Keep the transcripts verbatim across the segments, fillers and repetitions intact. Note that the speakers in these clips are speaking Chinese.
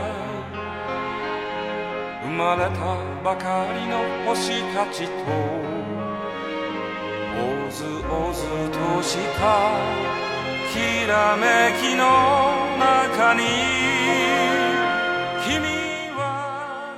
生まれたばかりの星たちとおずおずとしたきらめきの中に君は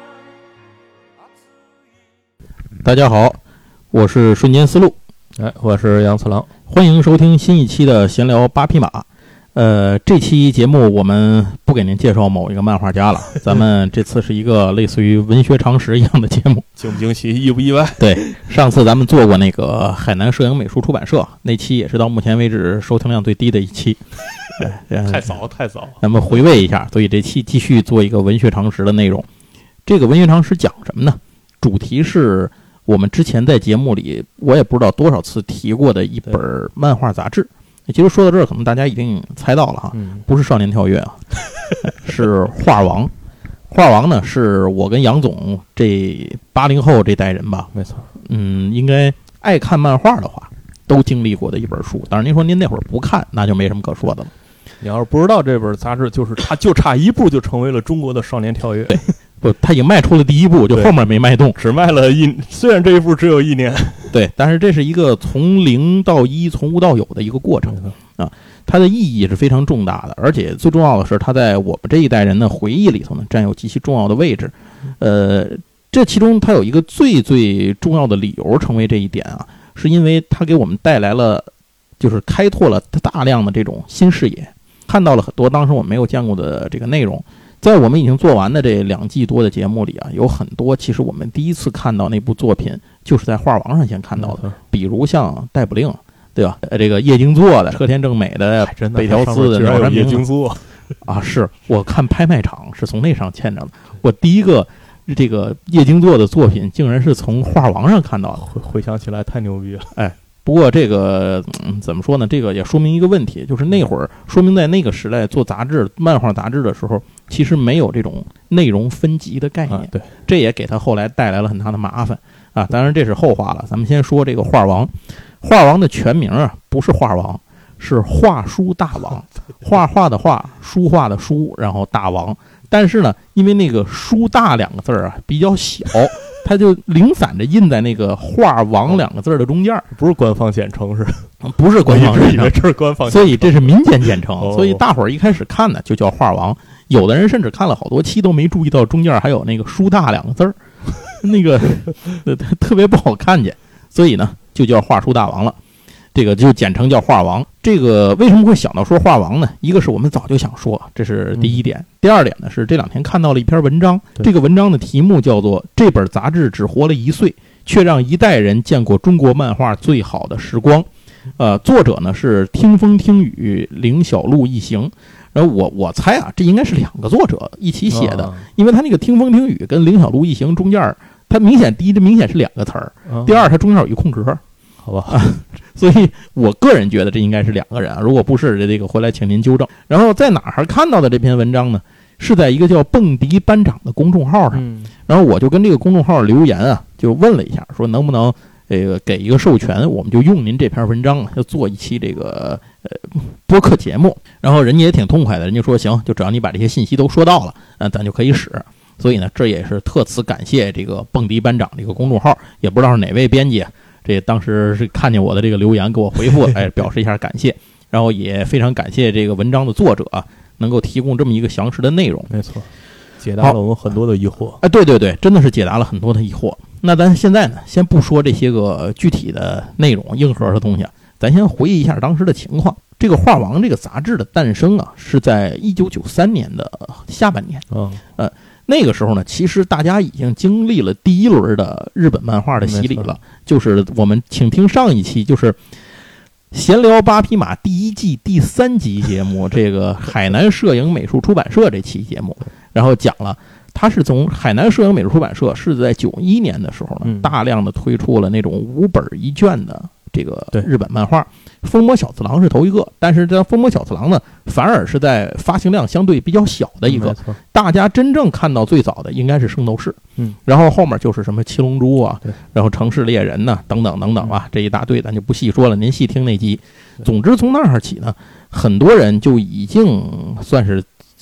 大家好，我是瞬间思路， 哎，我是杨次郎， 欢迎收听新一期的闲聊八匹马。呃，这期节目我们不给您介绍某一个漫画家了，咱们这次是一个类似于文学常识一样的节目。 惊不惊喜，意不意外？ 对，上次咱们做过那个海南摄影美术出版社那期，也是到目前为止收听量最低的一期。 太早太早， 咱们回味一下，所以这期继续做一个文学常识的内容。这个文学常识讲什么呢？主题是我们之前在节目里我也不知道多少次提过的一本漫画杂志。其实说到这儿，可能大家已经猜到了哈， 嗯、 不是少年跳跃啊，是画王。画王呢，是我跟杨总这八零后这代人吧， 没错， 嗯，应该爱看漫画的话，都经历过的一本书。当然，您说您那会儿不看，那就没什么可说的了。 你要是不知道这本杂志，就是它就差一步就成为了中国的少年跳跃。 对，不，他已经迈出了第一步，就后面没迈动， 只迈了一，虽然这一步只有一年， 对，但是这是一个从零到一、从无到有的一个过程啊，它的意义是非常重大的，而且最重要的是，它在我们这一代人的回忆里头呢，占有极其重要的位置。呃，这其中它有一个最最重要的理由成为这一点啊，是因为它给我们带来了，就是开拓了大量的这种新视野，看到了很多当时我们没有见过的这个内容。在我们已经做完的这两季多的节目里啊，有很多其实我们第一次看到那部作品，就是在画王上先看到的，比如像逮捕令，对吧？呃，这个叶京作的、车田正美的、北条司的、鸟山明叶京作啊，是我看拍卖场是从那上牵着的。我第一个这个叶京作的作品，竟然是从画王上看到的， 回回想起来太牛逼了， 哎。不过这个、嗯、怎么说呢？这个也说明一个问题，就是那会儿说明在那个时代做杂志、漫画杂志的时候，其实没有这种内容分级的概念。 啊、对， 这也给他后来带来了很大的麻烦啊。当然这是后话了，咱们先说这个画王。画王的全名啊，不是画王，是画书大王。画画的画，书画的书，然后大王。但是呢，因为那个书大两个字啊比较小。它就零散着印在那个画王两个字的中间， 不是官方简称是？ 不是官方简称， 这是官方简称， 所以这是民间简称。 哦、 所以大伙儿一开始看呢就叫画王，有的人甚至看了好多期都没注意到中间还有那个书大两个字儿，那个特别不好看见，所以呢就叫画书大王了。这个就简称叫画王。这个为什么会想到说画王呢？一个是我们早就想说，这是第一点。嗯、第二点呢是这两天看到了一篇文章，这个文章的题目叫做《这本杂志只活了一岁，却让一代人见过中国漫画最好的时光》。呃，作者呢是听风听雨凌小路一行。然后我我猜啊，这应该是两个作者一起写的，哦、因为他那个听风听雨跟凌小路一行中间，它明显第一这明显是两个词儿，哦、第二它中间有一空格。 好吧、 啊，所以我个人觉得这应该是两个人啊，如果不是这个回来请您纠正。然后在哪儿看到的这篇文章呢？是在一个叫蹦迪班长的公众号上， 嗯、 然后我就跟这个公众号留言啊，就问了一下，说能不能这个给一个授权，我们就用您这篇文章要做一期这个呃播客节目。然后人家也挺痛快的，人家说行，就只要你把这些信息都说到了，嗯、呃，咱就可以使。所以呢，这也是特此感谢这个蹦迪班长这个公众号，也不知道是哪位编辑。这当时是看见我的这个留言给我回复，哎，表示一下感谢，然后也非常感谢这个文章的作者啊，能够提供这么一个详实的内容。 没错，解答了我们很多的疑惑。 哎，对对对，真的是解答了很多的疑惑。那咱现在呢，先不说这些个具体的内容、硬核的东西，咱先回忆一下当时的情况。这个画王这个杂志的诞生啊，是在一九九三年的下半年。 嗯， 呃。那个时候呢，其实大家已经经历了第一轮的日本漫画的洗礼了。就是我们请听上一期，就是闲聊八匹马第一季第三集节目，这个海南摄影美术出版社这期节目，然后讲了，它是从海南摄影美术出版社是在九一年的时候呢，大量的推出了那种五本一卷的这个日本漫画。风魔小次郎是头一个，但是这风魔小次郎呢，反而是在发行量相对比较小的一个。大家真正看到最早的应该是圣斗士， 嗯， 然后后面就是什么七龙珠啊，然后城市猎人呐、啊，等等等等啊，这一大堆咱就不细说了，您细听那集。总之从那儿起呢，很多人就已经算是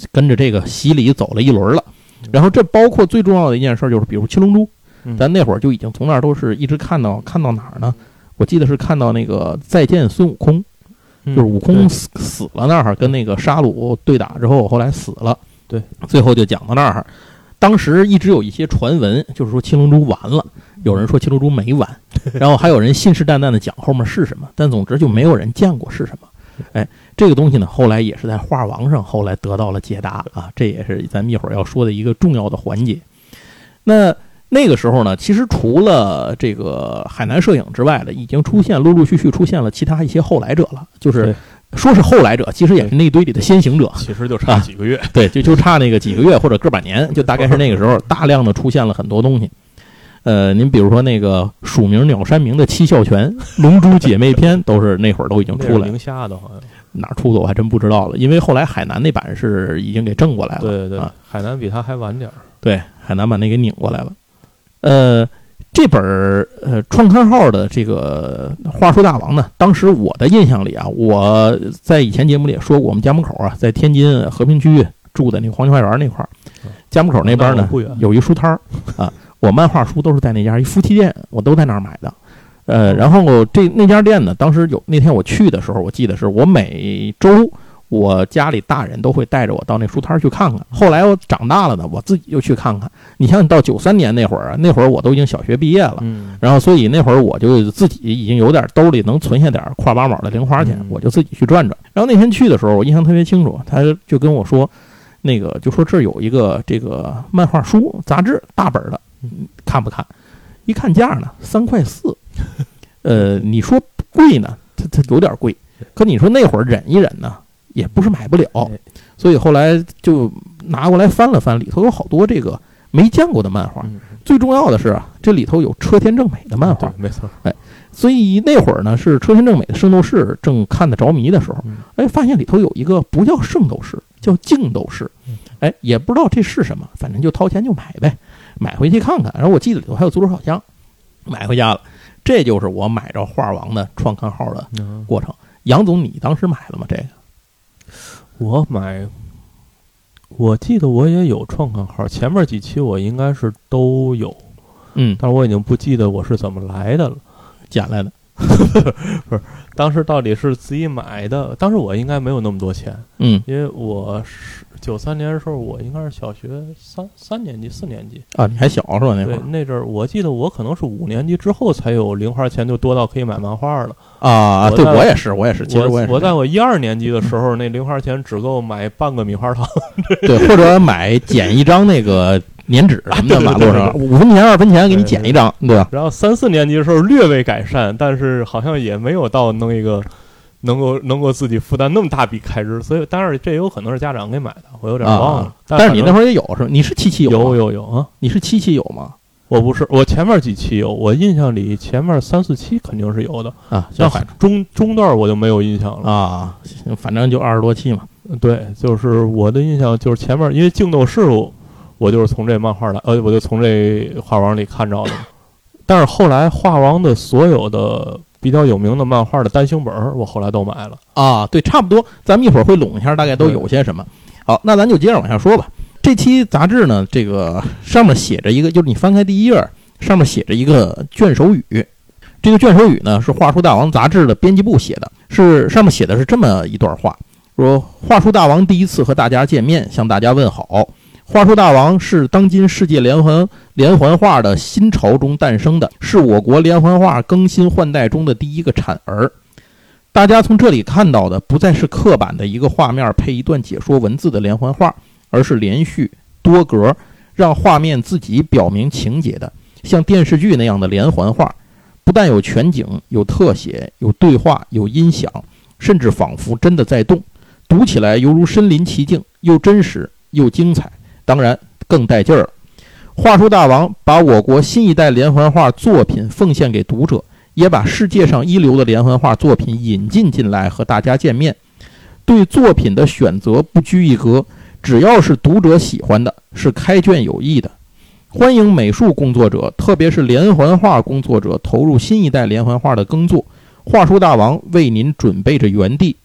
跟着这个洗礼走了一轮了。然后这包括最重要的一件事就是，比如七龙珠，咱那会儿就已经从那儿都是一直看到看到哪儿呢？我记得是看到那个再见孙悟空，就是悟空死死了那儿，跟那个沙鲁对打之后，后来死了。 对， 最后就讲到那儿。当时一直有一些传闻，就是说七龙珠完了，有人说七龙珠没完，然后还有人信誓旦旦的讲后面是什么，但总之就没有人见过是什么。哎，这个东西呢，后来也是在画王上后来得到了解答啊，这也是咱们一会儿要说的一个重要的环节。那那个时候呢，其实除了这个海南摄影之外的，已经出现陆陆续续出现了其他一些后来者了，就是说是后来者，其实也是那堆里的先行者， 其实就差几个月， 啊、对，就就差那个几个月或者个把年，就大概是那个时候大量的出现了很多东西。呃，您比如说那个署名鸟山明的七孝全、龙珠姐妹篇，都是那会儿都已经出来了。 宁夏的好像哪儿出的我还真不知道了，因为后来海南那版是已经给正过来了。 对对对， 啊、 海南比它还晚点儿。 对，海南把那给拧过来了。呃，这本呃创刊号的这个《话说大王》呢，当时我的印象里啊，我在以前节目里也说过，我们家门口啊，在天津和平区住的那个黄金花园那块儿，家门口那边呢有一书摊儿啊。我漫画书都是在那家一夫妻店，我都在那儿买的。呃，然后这那家店呢，当时有那天我去的时候，我记得是我每周我家里大人都会带着我到那书摊去看看。后来我长大了呢，我自己又去看看。你像你到九三年那会儿啊，那会儿我都已经小学毕业了， 嗯， 然后所以那会儿我就自己已经有点兜里能存下点块八毛的零花钱，我就自己去转转。然后那天去的时候，我印象特别清楚，他就跟我说，那个就说这有一个这个漫画书杂志大本的。看不看？一看价呢，三块四。呃，你说贵呢，它它有点贵。可你说那会儿忍一忍呢，也不是买不了。所以后来就拿过来翻了翻，里头有好多这个没见过的漫画。最重要的是啊，这里头有车田正美的漫画， 没错。 哎，所以那会儿呢，是车田正美的《圣斗士》正看得着迷的时候，哎，发现里头有一个不叫圣斗士，叫净斗士。哎，也不知道这是什么，反正就掏钱就买呗。买回去看看，然后我记得里头还有足球小将，买回家了。这就是我买着画王的创刊号的过程。杨总，你当时买了吗？这个我买，我记得我也有创刊号，前面几期我应该是都有， 嗯， 但是我已经不记得我是怎么来的了， 捡来的。 不是，当时到底是自己买的，当时我应该没有那么多钱， 嗯， 因为我是九三年的时候，我应该是小学三三年级、四年级啊，你还小是吧？那会儿对，那阵儿我记得我可能是五年级之后才有零花钱，就多到可以买漫画了啊。对，我也是，我也是，其实我也是。 我在我一二年级的时候，那零花钱只够买半个米花糖， 对，或者买捡一张那个。粘纸什么的，马路上五分钱二分钱给你捡一张，对吧？ 然后三四年级的时候略微改善，但是好像也没有到弄一个能够能够自己负担那么大笔开支，所以当然这有可能是家长给买的，我有点忘了。 啊、但是你那会儿也有是吧？你是七期有？ 有有有啊！ 你是七期有吗？ 我不是，我前面几期有，我印象里前面三四期肯定是有的啊， 像中中段我就没有印象了啊，反正就二十多期嘛。 对，就是我的印象就是前面，因为竞斗事务。我就是从这漫画来，呃，我就从这画王里看着的。但是后来画王的所有的比较有名的漫画的单行本，我后来都买了啊。对，差不多。咱们一会儿会拢一下，大概都有些什么。好，那咱就接着往下说吧。这期杂志呢，这个上面写着一个，就是你翻开第一页，上面写着一个卷首语。这个卷首语呢，是《话说大王》杂志的编辑部写的，是上面写的是这么一段话：说话说大王第一次和大家见面，向大家问好。话说大王是当今世界连环连环画的新潮中诞生的，是我国连环画更新换代中的第一个产儿。大家从这里看到的不再是刻板的一个画面配一段解说文字的连环画，而是连续多格，让画面自己表明情节的，像电视剧那样的连环画。不但有全景，有特写，有对话，有音响，甚至仿佛真的在动，读起来犹如身临其境，又真实又精彩。当然更带劲儿了。话说大王把我国新一代连环画作品奉献给读者，也把世界上一流的连环画作品引进进来和大家见面。对作品的选择不拘一格，只要是读者喜欢的，是开卷有益的。欢迎美术工作者，特别是连环画工作者投入新一代连环画的耕作。话说大王为您准备着园地。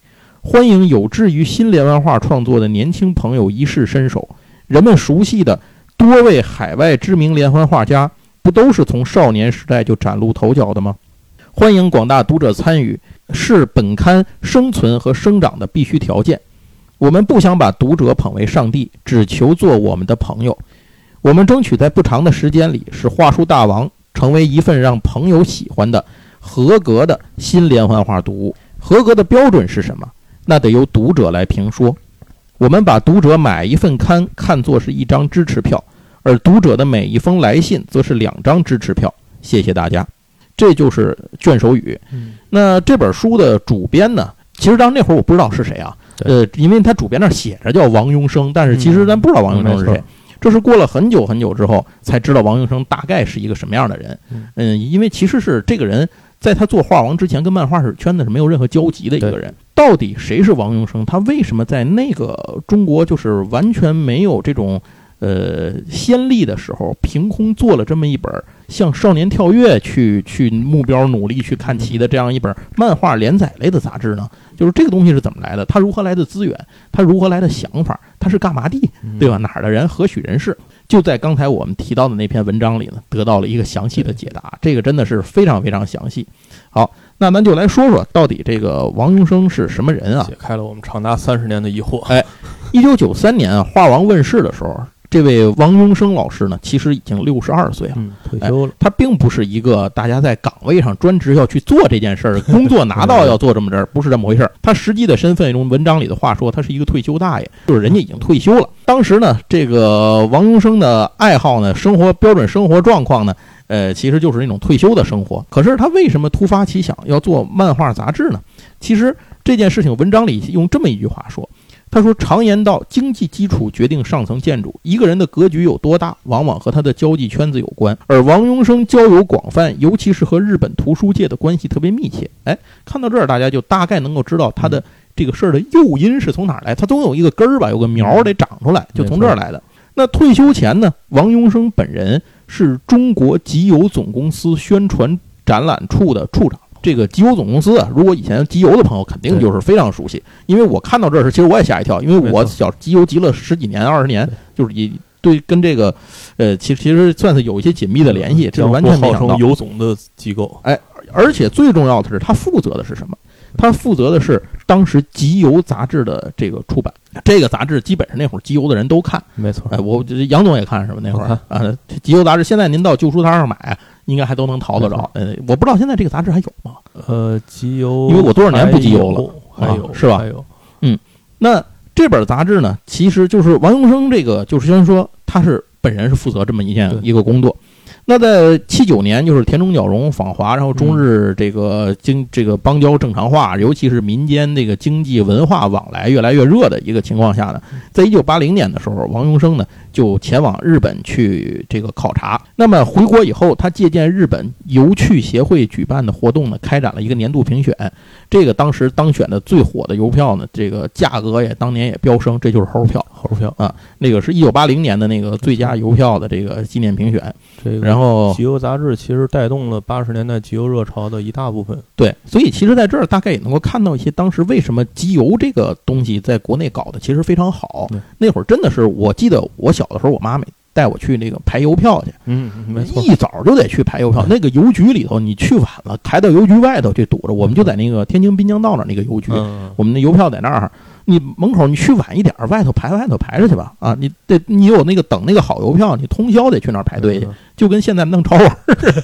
欢迎有志于新连环画创作的年轻朋友一试身手。人们熟悉的多位海外知名连环画家，不都是从少年时代就崭露头角的吗？欢迎广大读者参与，是本刊生存和生长的必须条件。我们不想把读者捧为上帝，只求做我们的朋友。我们争取在不长的时间里，使画书大王成为一份让朋友喜欢的合格的新连环画读物。合格的标准是什么？那得由读者来评说。我们把读者买一份刊看作是一张支持票，而读者的每一封来信则是两张支持票。谢谢大家。这就是卷首语。那这本书的主编呢，其实当那会儿我不知道是谁啊，呃，因为他主编那写着叫王庸生，但是其实咱不知道王庸生是谁。嗯，这是过了很久很久之后才知道王庸生大概是一个什么样的人。嗯，因为其实是这个人在他做画王之前跟漫画圈子是没有任何交集的一个人。到底谁是王庸生？他为什么在那个中国就是完全没有这种呃先例的时候，凭空做了这么一本向少年跳跃去去目标努力去看齐的这样一本漫画连载类的杂志呢？就是这个东西是怎么来的？它如何来的资源？它如何来的想法？它是干嘛地？对吧？哪儿的人？何许人士？就在刚才我们提到的那篇文章里呢，得到了一个详细的解答。这个真的是非常非常详细。好，那咱就来说说到底这个王庸生是什么人啊？ 解开了我们长达三十年的疑惑。 哎，一九九三年啊，画王问世的时候，这位王庸生老师呢，其实已经六十二岁了， 嗯，退休了、 哎。他并不是一个大家在岗位上专职要去做这件事儿，工作拿到要做这么着，不是这么回事儿。他实际的身份，用文章里的话说，他是一个退休大爷，就是人家已经退休了。当时呢，这个王庸生的爱好呢，生活标准生活状况呢，呃，其实就是那种退休的生活。可是他为什么突发奇想要做漫画杂志呢？其实这件事情，文章里用这么一句话说。他说，常言道，经济基础决定上层建筑，一个人的格局有多大，往往和他的交际圈子有关。而王庸生交友广泛，尤其是和日本图书界的关系特别密切。哎，看到这儿，大家就大概能够知道他的这个事儿的诱因是从哪儿来。他总有一个根儿吧，有个苗得长出来，就从这儿来的。那退休前呢，王庸生本人是中国集邮总公司宣传展览处的处长。这个集邮总公司啊，如果以前集邮的朋友肯定就是非常熟悉，因为我看到这儿时，其实我也吓一跳，因为我小集邮集了十几年、二十年，就是以对跟这个呃，其实其实算是有一些紧密的联系，这是完全没想到。 邮总的机构， 哎，而且最重要的是，他负责的是什么？他负责的是当时集邮杂志的这个出版。这个杂志基本上那会儿集邮的人都看， 没错。 哎，我杨总也看是吧？那会儿啊，集邮杂志现在您到旧书摊上买，应该还都能淘得着。呃，我不知道现在这个杂志还有吗？ 呃，集邮， 因为我多少年不集邮了， 还有、 啊、是吧？ 还有， 嗯，那这本杂志呢，其实就是王庸生这个，就是先说他是本人是负责这么一件一个工作。那在七九年，就是田中角荣访华，然后中日这个经这个邦交正常化，尤其是民间这个经济文化往来越来越热的一个情况下呢，在一九八零年的时候，王庸生呢就前往日本去这个考察。那么回国以后，他借鉴日本邮趣协会举办的活动呢，开展了一个年度评选。这个当时当选的最火的邮票呢，这个价格也当年也飙升，这就是猴票， 猴票啊，那个是一九八零年的那个最佳邮票的这个纪念评选。 这个， 然后集邮杂志其实带动了八十年代集邮热潮的一大部分。 对，所以其实在这儿大概也能够看到一些当时为什么集邮这个东西在国内搞的其实非常好。那会儿真的是，我记得我小的时候，我妈每带我去那个排邮票去， 嗯，没错， 一早就得去排邮票。那个邮局里头，你去晚了，排到邮局外头去堵着。我们就在那个天津滨江道那那个邮局， 嗯、 我们的邮票在那儿。你门口你去晚一点，外头排外头排着去吧啊！你得你有那个等那个好邮票，你通宵得去那儿排队去，就跟现在弄超玩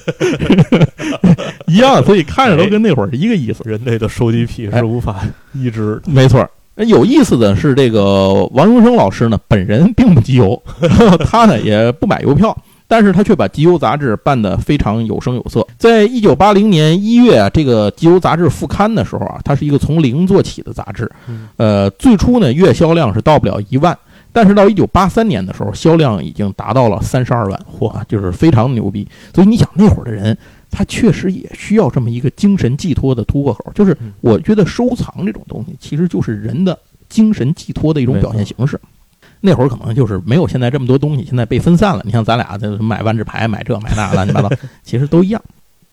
一样，所以看着都跟那会儿是一个意思。 人类的收集癖是无法抑制的， 没错。有意思的是，这个王庸生老师呢，本人并不集邮，他呢也不买邮票。但是他却把集邮杂志办得非常有声有色。在一九八零年一月啊，这个集邮杂志复刊的时候啊，它是一个从零做起的杂志。呃，最初呢月销量是到不了一万，但是到一九八三年的时候，销量已经达到了三十二万，嚯，就是非常牛逼。所以你想那会儿的人，他确实也需要这么一个精神寄托的突破口。就是我觉得收藏这种东西，其实就是人的精神寄托的一种表现形式。那会儿可能就是没有现在这么多东西，现在被分散了。你像咱俩这买万智牌、买这买那乱七八糟，其实都一样。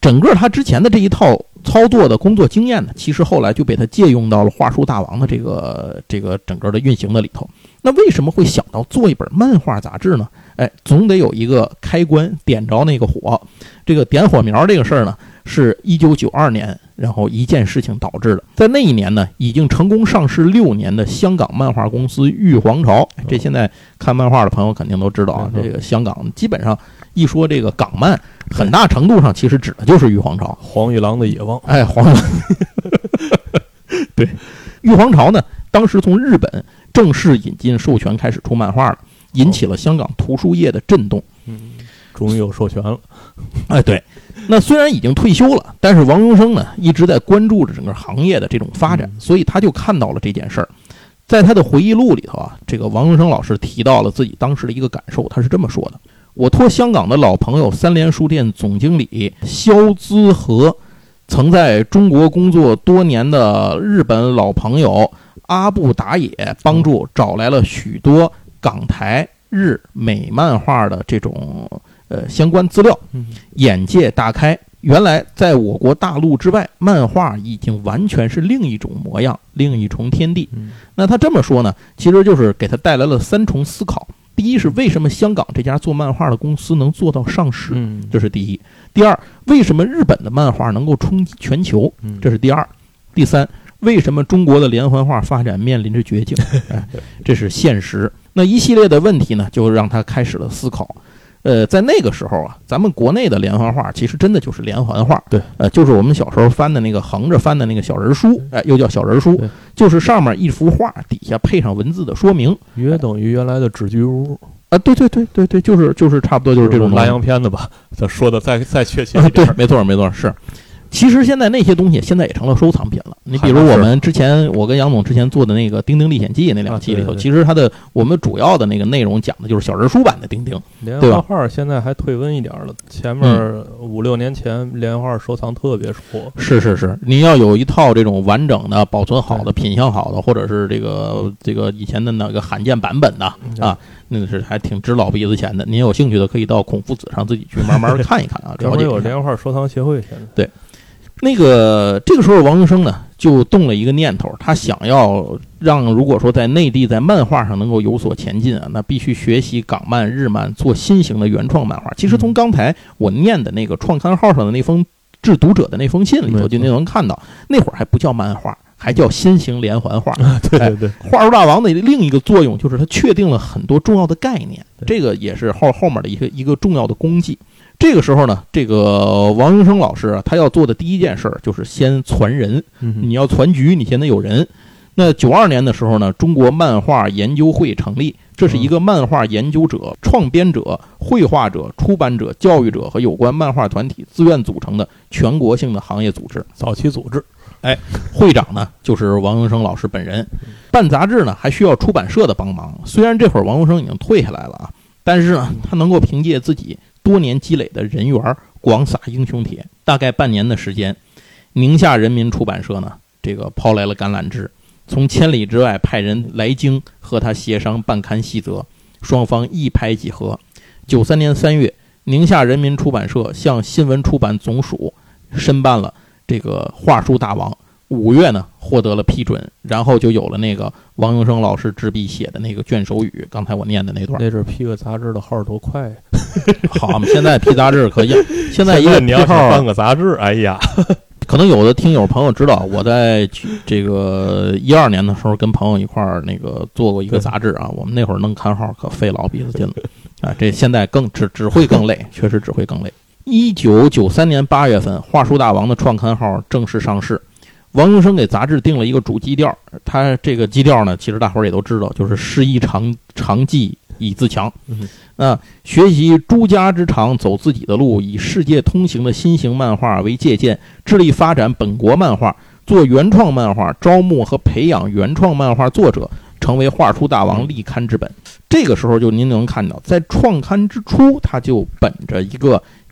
整个他之前的这一套操作的工作经验呢，其实后来就被他借用到了画书大王的这个这个整个的运行的里头。那为什么会想到做一本漫画杂志呢？哎，总得有一个开关点着那个火。这个点火苗这个事儿呢，是一九九二年，然后一件事情导致的。在那一年呢，已经成功上市六年的香港漫画公司玉皇朝，这现在看漫画的朋友肯定都知道啊。这个香港基本上一说这个港漫，很大程度上其实指的就是玉皇朝， 黄玉郎的野望。 哎，黄玉郎，对，玉皇朝呢，当时从日本正式引进授权开始出漫画了，引起了香港图书业的震动。 嗯，终于有授权了。 哎，对，那虽然已经退休了，但是王荣生呢一直在关注着整个行业的这种发展，所以他就看到了这件事儿。在他的回忆录里头啊，这个王荣生老师提到了自己当时的一个感受，他是这么说的：我托香港的老朋友三联书店总经理肖资和，曾在中国工作多年的日本老朋友阿布达也帮助找来了许多港台日美漫画的这种呃相关资料，眼界大开。原来在我国大陆之外，漫画已经完全是另一种模样，另一重天地。那他这么说呢，其实就是给他带来了三重思考。第一是为什么香港这家做漫画的公司能做到上市，这是第一。第二，为什么日本的漫画能够冲击全球，这是第二。第三，为什么中国的连环画发展面临着绝境，哎，这是现实。那一系列的问题呢，就让他开始了思考。呃，在那个时候啊，咱们国内的连环画其实真的就是连环画， 对， 呃，就是我们小时候翻的那个横着翻的那个小人书，哎，又叫小人书，就是上面一幅画，底下配上文字的说明， 约等于原来的纸居屋啊，对对对对对，就是就是差不多就是这种拉洋片的吧？咱说的再再确切一点，对，没错没错，是。其实现在那些东西现在也成了收藏品了。你比如我们之前我跟杨总之前做的那个《丁丁历险记》那两期里头， 啊、对对对其实它的我们主要的那个内容讲的就是小人书版的丁丁， 连环画现在还退温一点了。前面五六年前连环画收藏特别火。 是是是，你要有一套这种完整的、保存好的、品相好的，或者是这个这个以前的那个罕见版本的啊，那个是还挺值老鼻子钱的。您有兴趣的可以到孔夫子上自己去慢慢看一看啊。 专门有连环画收藏协会现在。 对。那个这个时候王荣生呢就动了一个念头，他想要让如果说在内地在漫画上能够有所前进啊，那必须学习港漫日漫，做新型的原创漫画。其实从刚才我念的那个创刊号上的那封致读者的那封信里头就能看到，那会儿还不叫漫画，还叫新型连环画。 对对对， 哎、画书大王的另一个作用就是它确定了很多重要的概念，这个也是后后面的一个一个重要的功绩。这个时候呢，这个王荣生老师啊，他要做的第一件事儿就是先传人。你要传局，你现在有人。那九二年的时候呢，中国漫画研究会成立，这是一个漫画研究者、创编者、绘画者、出版者、教育者和有关漫画团体自愿组成的全国性的行业组织。 早期组织， 哎，会长呢就是王荣生老师本人。办杂志呢还需要出版社的帮忙，虽然这会儿王荣生已经退下来了啊，但是呢，他能够凭借自己多年积累的人缘，广撒英雄帖。大概半年的时间，宁夏人民出版社呢，这个抛来了橄榄枝，从千里之外派人来京和他协商办刊细则，双方一拍即合。九三年三月，宁夏人民出版社向新闻出版总署申办了这个画书大王。五月呢，获得了批准，然后就有了那个王荣生老师执笔写的那个卷首语，刚才我念的那段。 那阵批个杂志的号多快呀！ 好，我们现在批杂志可以，现在一个你要办个杂志，哎呀， 可能有的听友朋友知道，我在这个一二年的时候跟朋友一块儿那个做过一个杂志啊，我们那会儿弄刊号可费老鼻子劲了啊，这现在更只只会更累，确实只会更累。一九九三年八月份，画书大王的创刊号正式上市。王荣生给杂志定了一个主基调，他这个基调呢，其实大伙儿也都知道，就是师夷长长技以自强。那学习诸家之长，走自己的路，以世界通行的新型漫画为借鉴，致力发展本国漫画，做原创漫画，招募和培养原创漫画作者，成为画书大王立刊之本。这个时候就您能看到，在创刊之初，他就本着一个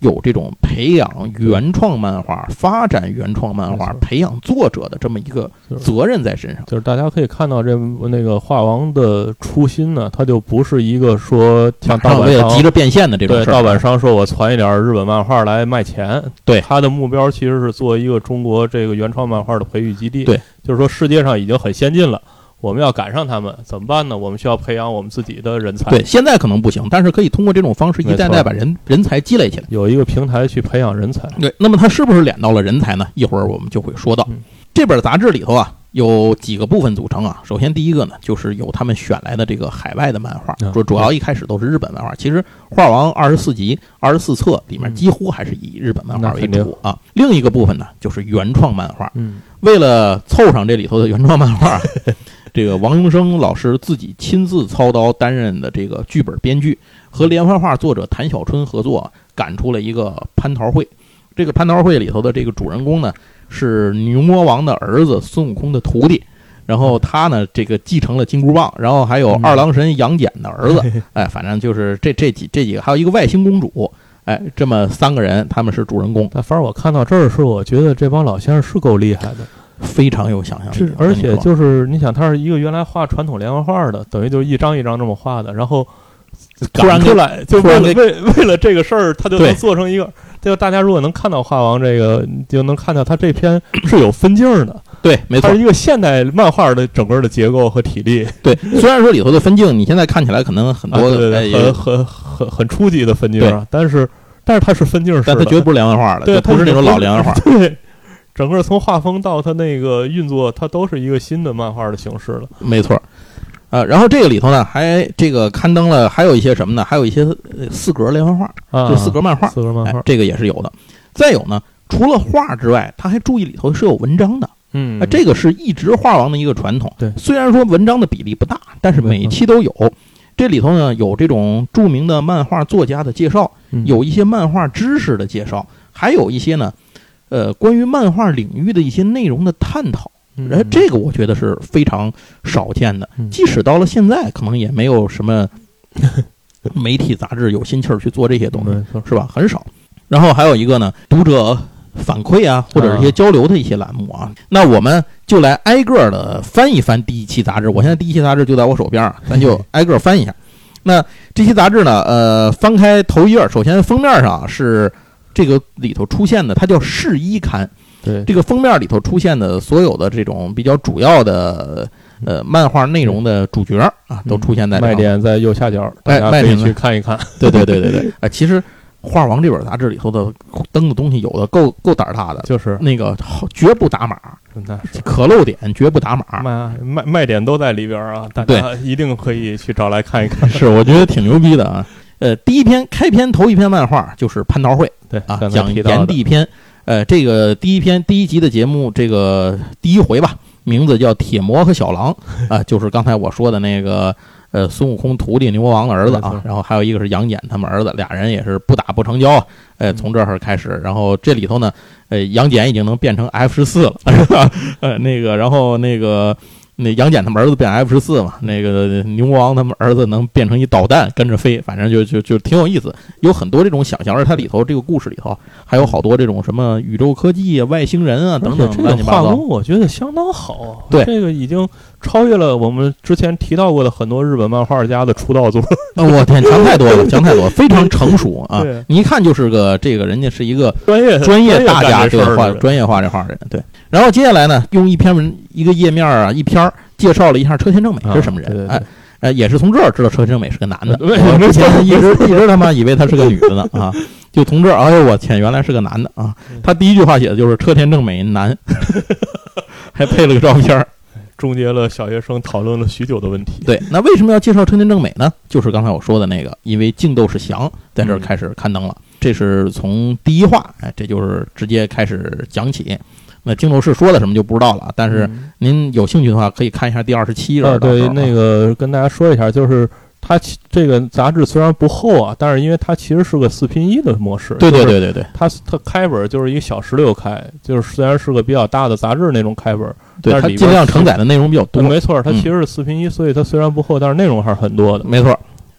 有这种培养原创漫画、发展原创漫画、培养作者的这么一个责任在身上。 就是大家可以看到这那个画王的初心呢，他就不是一个说像盗版商急着变现的这种事儿。 对，盗版商说我传一点日本漫画来卖钱， 对， 他的目标其实是做一个中国这个原创漫画的培育基地。 对， 就是说世界上已经很先进了。我们要赶上他们怎么办呢？我们需要培养我们自己的人才。 对，现在可能不行，但是可以通过这种方式一代代把人人才积累起来， 有一个平台去培养人才。 对，那么他是不是敛到了人才呢？一会儿我们就会说到。嗯、这本杂志里头啊，有几个部分组成啊。首先第一个呢，就是有他们选来的这个海外的漫画，主、嗯、主要一开始都是日本漫画。其实画王二十四集、二十四册里面几乎还是以日本漫画为主啊。另一个部分呢，就是原创漫画。 嗯， 为了凑上这里头的原创漫画。这个王永生老师自己亲自操刀担任的这个剧本编剧，和连环画作者谭小春合作，赶出了一个蟠桃会。这个蟠桃会里头的这个主人公呢，是牛魔王的儿子孙悟空的徒弟，然后他呢这个继承了金箍棒，然后还有二郎神杨戬的儿子，哎，反正就是这这几这几个，还有一个外星公主，哎，这么三个人他们是主人公。 反正我看到这儿的时候，我觉得这帮老先生是够厉害的。 非常有想象力， 而且就是你想，他是一个原来画传统连环画的，等于就是一张一张这么画的，然后突然出来，就为了为为了这个事儿，他就能做成一个。对，大家如果能看到画王这个，就能看到他这篇是有分镜的。 对，没错， 它是一个现代漫画的整个的结构和体力。 对，虽然说里头的分镜你现在看起来可能很多的、 啊、对对很很很很初级的分镜啊，但是但是它是分镜式的， 但它绝不是连环画的， 对， 不是那种老连环画。 对。整个从画风到它那个运作，它都是一个新的漫画的形式了。 没错，呃，然后这个里头呢，还这个刊登了，还有一些什么呢？还有一些四格连环画， 啊、 就四格漫画， 四格漫画、 哎，这个也是有的。再有呢，除了画之外，他还注意里头是有文章的。 嗯、 呃，这个是一直画王的一个传统。 对， 虽然说文章的比例不大，但是每一期都有。嗯、这里头呢，有这种著名的漫画作家的介绍， 嗯、 有一些漫画知识的介绍，还有一些呢。呃，关于漫画领域的一些内容的探讨，然后这个我觉得是非常少见的。 嗯、 即使到了现在，可能也没有什么媒体杂志有心气儿去做这些东西， 嗯、 是吧？很少。然后还有一个呢，读者反馈啊，或者是一些交流的一些栏目啊。啊那我们就来挨个的翻一翻第一期杂志。我现在第一期杂志就在我手边，咱就挨个翻一下。那这期杂志呢，呃，翻开头一页，首先封面上是。这个里头出现的，它叫试一刊。 对， 这个封面里头出现的所有的这种比较主要的呃漫画内容的主角啊，都出现在这、 嗯、卖点在右下角， 大家可以去看一看。 对对对对对，哎、呃，其实画王这本杂志里头的登的东西有的够够胆大的， 就是那个绝不打码，可漏点绝不打码， 卖卖卖点都在里边啊，大家一定可以去找来看一看。 是，我觉得挺牛逼的啊。呃，第一篇开篇头一篇漫画就是蟠桃会， 对啊，讲炎帝篇。呃，这个第一篇第一集的节目，这个第一回吧，名字叫铁魔和小狼啊、呃，就是刚才我说的那个呃孙悟空徒弟牛魔王的儿子啊，然后还有一个是杨戬他们儿子，俩人也是不打不成交啊。呃，从这儿开始，然后这里头呢，呃，杨戬已经能变成 F 十四了，是吧？呃，那个，然后那个。那杨戬他们儿子变 F 十四嘛，那个牛魔王他们儿子能变成一导弹跟着飞，反正就就就挺有意思，有很多这种想象。而它里头这个故事里头还有好多这种什么宇宙科技啊、外星人啊等等乱七八糟。 画工我觉得相当好， 对， 这个已经超越了我们之前提到过的很多日本漫画家的出道作。 哦，我天，强太多了，强太多了，非常成熟啊！你一看就是个这个人家是一个专业专业大家对画专业画这画人对。然后接下来呢，用一篇文一个页面啊一篇介绍了一下车田正美是什么人， 啊、对对对哎哎，也是从这儿知道车田正美是个男的。 我之前一直一直他妈以为他是个女的呢啊，就从这儿，哎呦我天，原来是个男的啊！他第一句话写的就是车田正美男，还配了个照片， 终结了小学生讨论了许久的问题。 对，那为什么要介绍车田正美呢？就是刚才我说的那个，因为竞斗士翔在这儿开始刊登了，嗯、这是从第一话，哎，这就是直接开始讲起。那竞斗士说的什么就不知道了，但是您有兴趣的话，可以看一下第二十七页。 对，那个跟大家说一下，就是它这个杂志虽然不厚啊，但是因为它其实是个四拼一的模式。 对对对对对， 它它开本就是一个小十六开，就是虽然是个比较大的杂志那种开本， 对，它尽量承载的内容比较多。 没错，它其实是四拼一，所以它虽然不厚，但是内容还是很多的。 没错。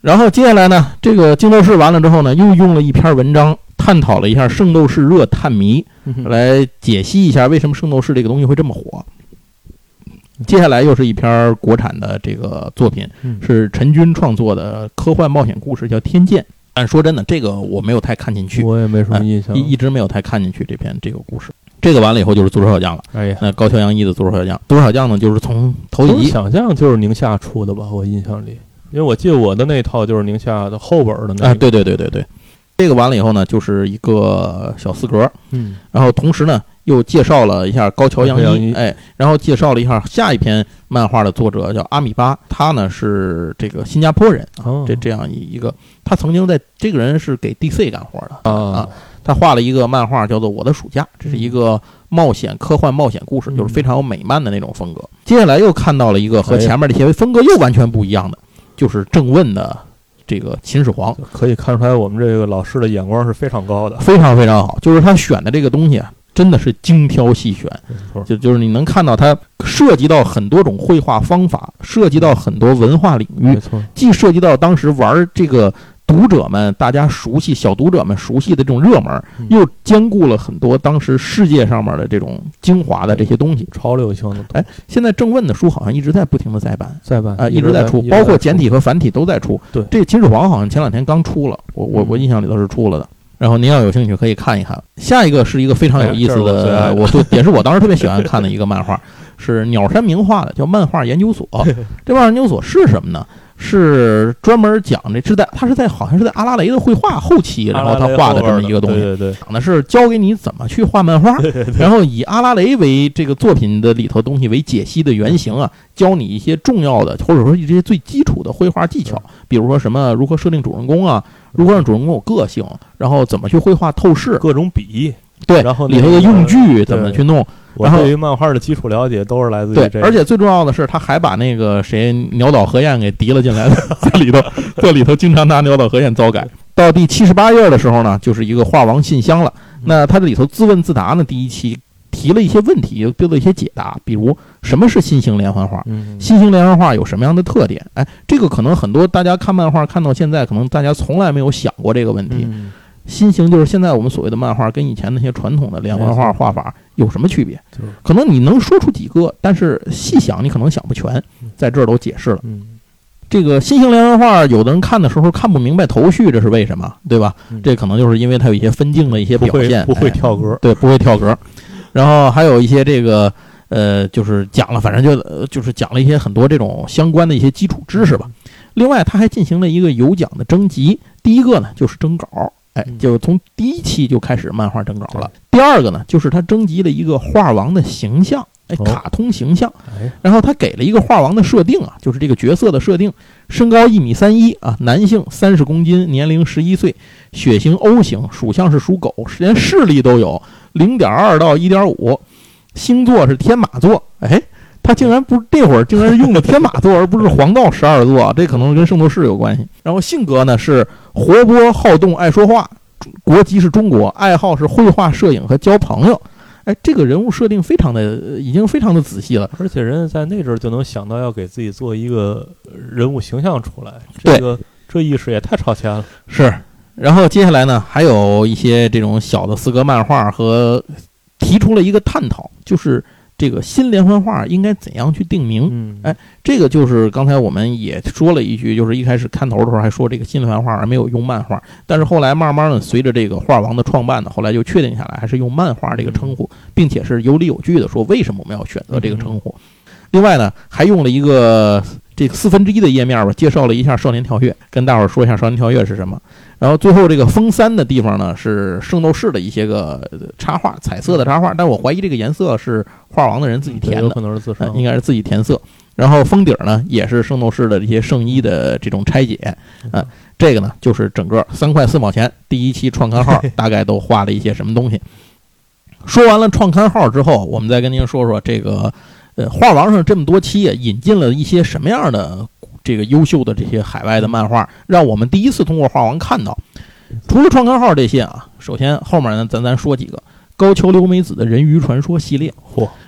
然后接下来呢，这个竞斗士完了之后呢，又用了一篇文章探讨了一下圣斗士热探谜，来解析一下为什么圣斗士这个东西会这么火。接下来又是一篇国产的这个作品，是陈军创作的科幻冒险故事，叫《天剑》。但说真的，这个我没有太看进去， 我也没什么印象， 一一直没有太看进去这篇这个故事。这个完了以后就是足球小将了。 哎呀， 那高桥阳一的足球小将，足球小将呢，就是从头一集想象就是宁夏出的吧，我印象里，因为我记得我的那套就是宁夏的后本的那个。 啊，对对对对对。这个完了以后呢，就是一个小四格， 嗯， 然后同时呢又介绍了一下高桥阳一，哎，然后介绍了一下下一篇漫画的作者叫阿米巴，他呢是这个新加坡人， 哦、 这这样一个，他曾经在这个人是给 D C 干活的啊啊，他画了一个漫画叫做《我的暑假》，这是一个冒险科幻冒险故事， 嗯、 就是非常有美漫的那种风格。接下来又看到了一个和前面这些风格又完全不一样的，就是正问的。这个秦始皇可以看出来，我们这个老师的眼光是非常高的， 非常非常好。就是他选的这个东西啊，真的是精挑细选，就就是你能看到它涉及到很多种绘画方法，涉及到很多文化领域， 没错， 既涉及到当时玩这个读者们大家熟悉、小读者们熟悉的这种热门，又兼顾了很多当时世界上面的这种精华的这些东西， 潮流性的。 哎，现在正问的书好像一直在不停的再版， 再版啊、呃，一直在出，包括简体和繁体都在出。 对， 这秦始皇好像前两天刚出了，我我我印象里头是出了的。然后您要有兴趣可以看一看。下一个是一个非常有意思的， 哎、 我对也是我当时特别喜欢看的一个漫画，是鸟山明画的，叫《漫画研究所》。这漫画研究所是什么呢？是专门讲这是在他是在好像是在阿拉蕾的绘画后期，然后他画的这么一个东西， 对对对， 讲的是教给你怎么去画漫画， 对对对， 然后以阿拉蕾为这个作品的里头东西为解析的原型啊，教你一些重要的或者说一些最基础的绘画技巧，比如说什么如何设定主人公啊，如何让主人公有个性，然后怎么去绘画透视， 各种笔， 对， 然后里头的用具怎么去弄。 我对于漫画的基础了解都是来自于这个， 对，而且最重要的是，他还把那个谁鸟岛和彦给提了进来，在里头，在里头经常拿鸟岛和彦糟改。到第七十八页的时候呢，就是一个画王信箱了。那他这里头自问自答呢，第一期提了一些问题，又给了一些解答，比如什么是新型连环画，新型连环画有什么样的特点？哎，这个可能很多大家看漫画看到现在，可能大家从来没有想过这个问题。 嗯， 新型就是现在我们所谓的漫画跟以前那些传统的连环画画法有什么区别？可能你能说出几个，但是细想你可能想不全，在这儿都解释了。这个新型连环画，有的人看的时候看不明白头绪，这是为什么？对吧？这可能就是因为它有一些分镜的一些表现， 不会跳格， 对，不会跳格。然后还有一些这个呃，就是讲了，反正就就是讲了一些很多这种相关的一些基础知识吧。另外，他还进行了一个有奖的征集，第一个呢就是征稿。哎，就从第一期就开始漫画征稿了。第二个呢，就是他征集了一个画王的形象，哎，卡通形象。然后他给了一个画王的设定啊，就是这个角色的设定，身高一米三一啊，男性，三十公斤，年龄十一岁，血型 O 型，属相是属狗，连视力都有零点二到一点五，星座是天马座。哎。他竟然不是这会儿，竟然用了天马座而不是黄道十二座，这可能跟圣斗士有关系。然后性格呢是活泼好动爱说话，国籍是中国，爱好是绘画摄影和交朋友。哎，这个人物设定非常的已经非常的仔细了， 而且人在那阵儿就能想到要给自己做一个人物形象出来，这个这意识也太超前了。 是，然后接下来呢还有一些这种小的四格漫画和提出了一个探讨，就是这个新连环画应该怎样去定名？ 嗯， 哎，这个就是刚才我们也说了一句，就是一开始看头的时候还说这个新连环画而没有用漫画，但是后来慢慢的随着这个画王的创办呢，后来就确定下来还是用漫画这个称呼，并且是有理有据的说为什么我们要选择这个称呼。另外呢，还用了一个这个四分之一的页面吧，介绍了一下少年跳跃，跟大伙儿说一下少年跳跃是什么。然后最后这个封三的地方呢，是圣斗士的一些个插画，彩色的插画，但我怀疑这个颜色是画王的人自己填的， 有可能是自上， 应该是自己填色。然后封底呢，也是圣斗士的这些圣衣的这种拆解，啊，这个呢就是整个三块四毛钱第一期创刊号大概都画了一些什么东西。说完了创刊号之后，我们再跟您说说这个呃画王上这么多期啊，引进了一些什么样的这个优秀的这些海外的漫画，让我们第一次通过画王看到。除了创刊号这些啊，首先后面呢咱咱说几个高桥留美子的人鱼传说系列， 嚯啊，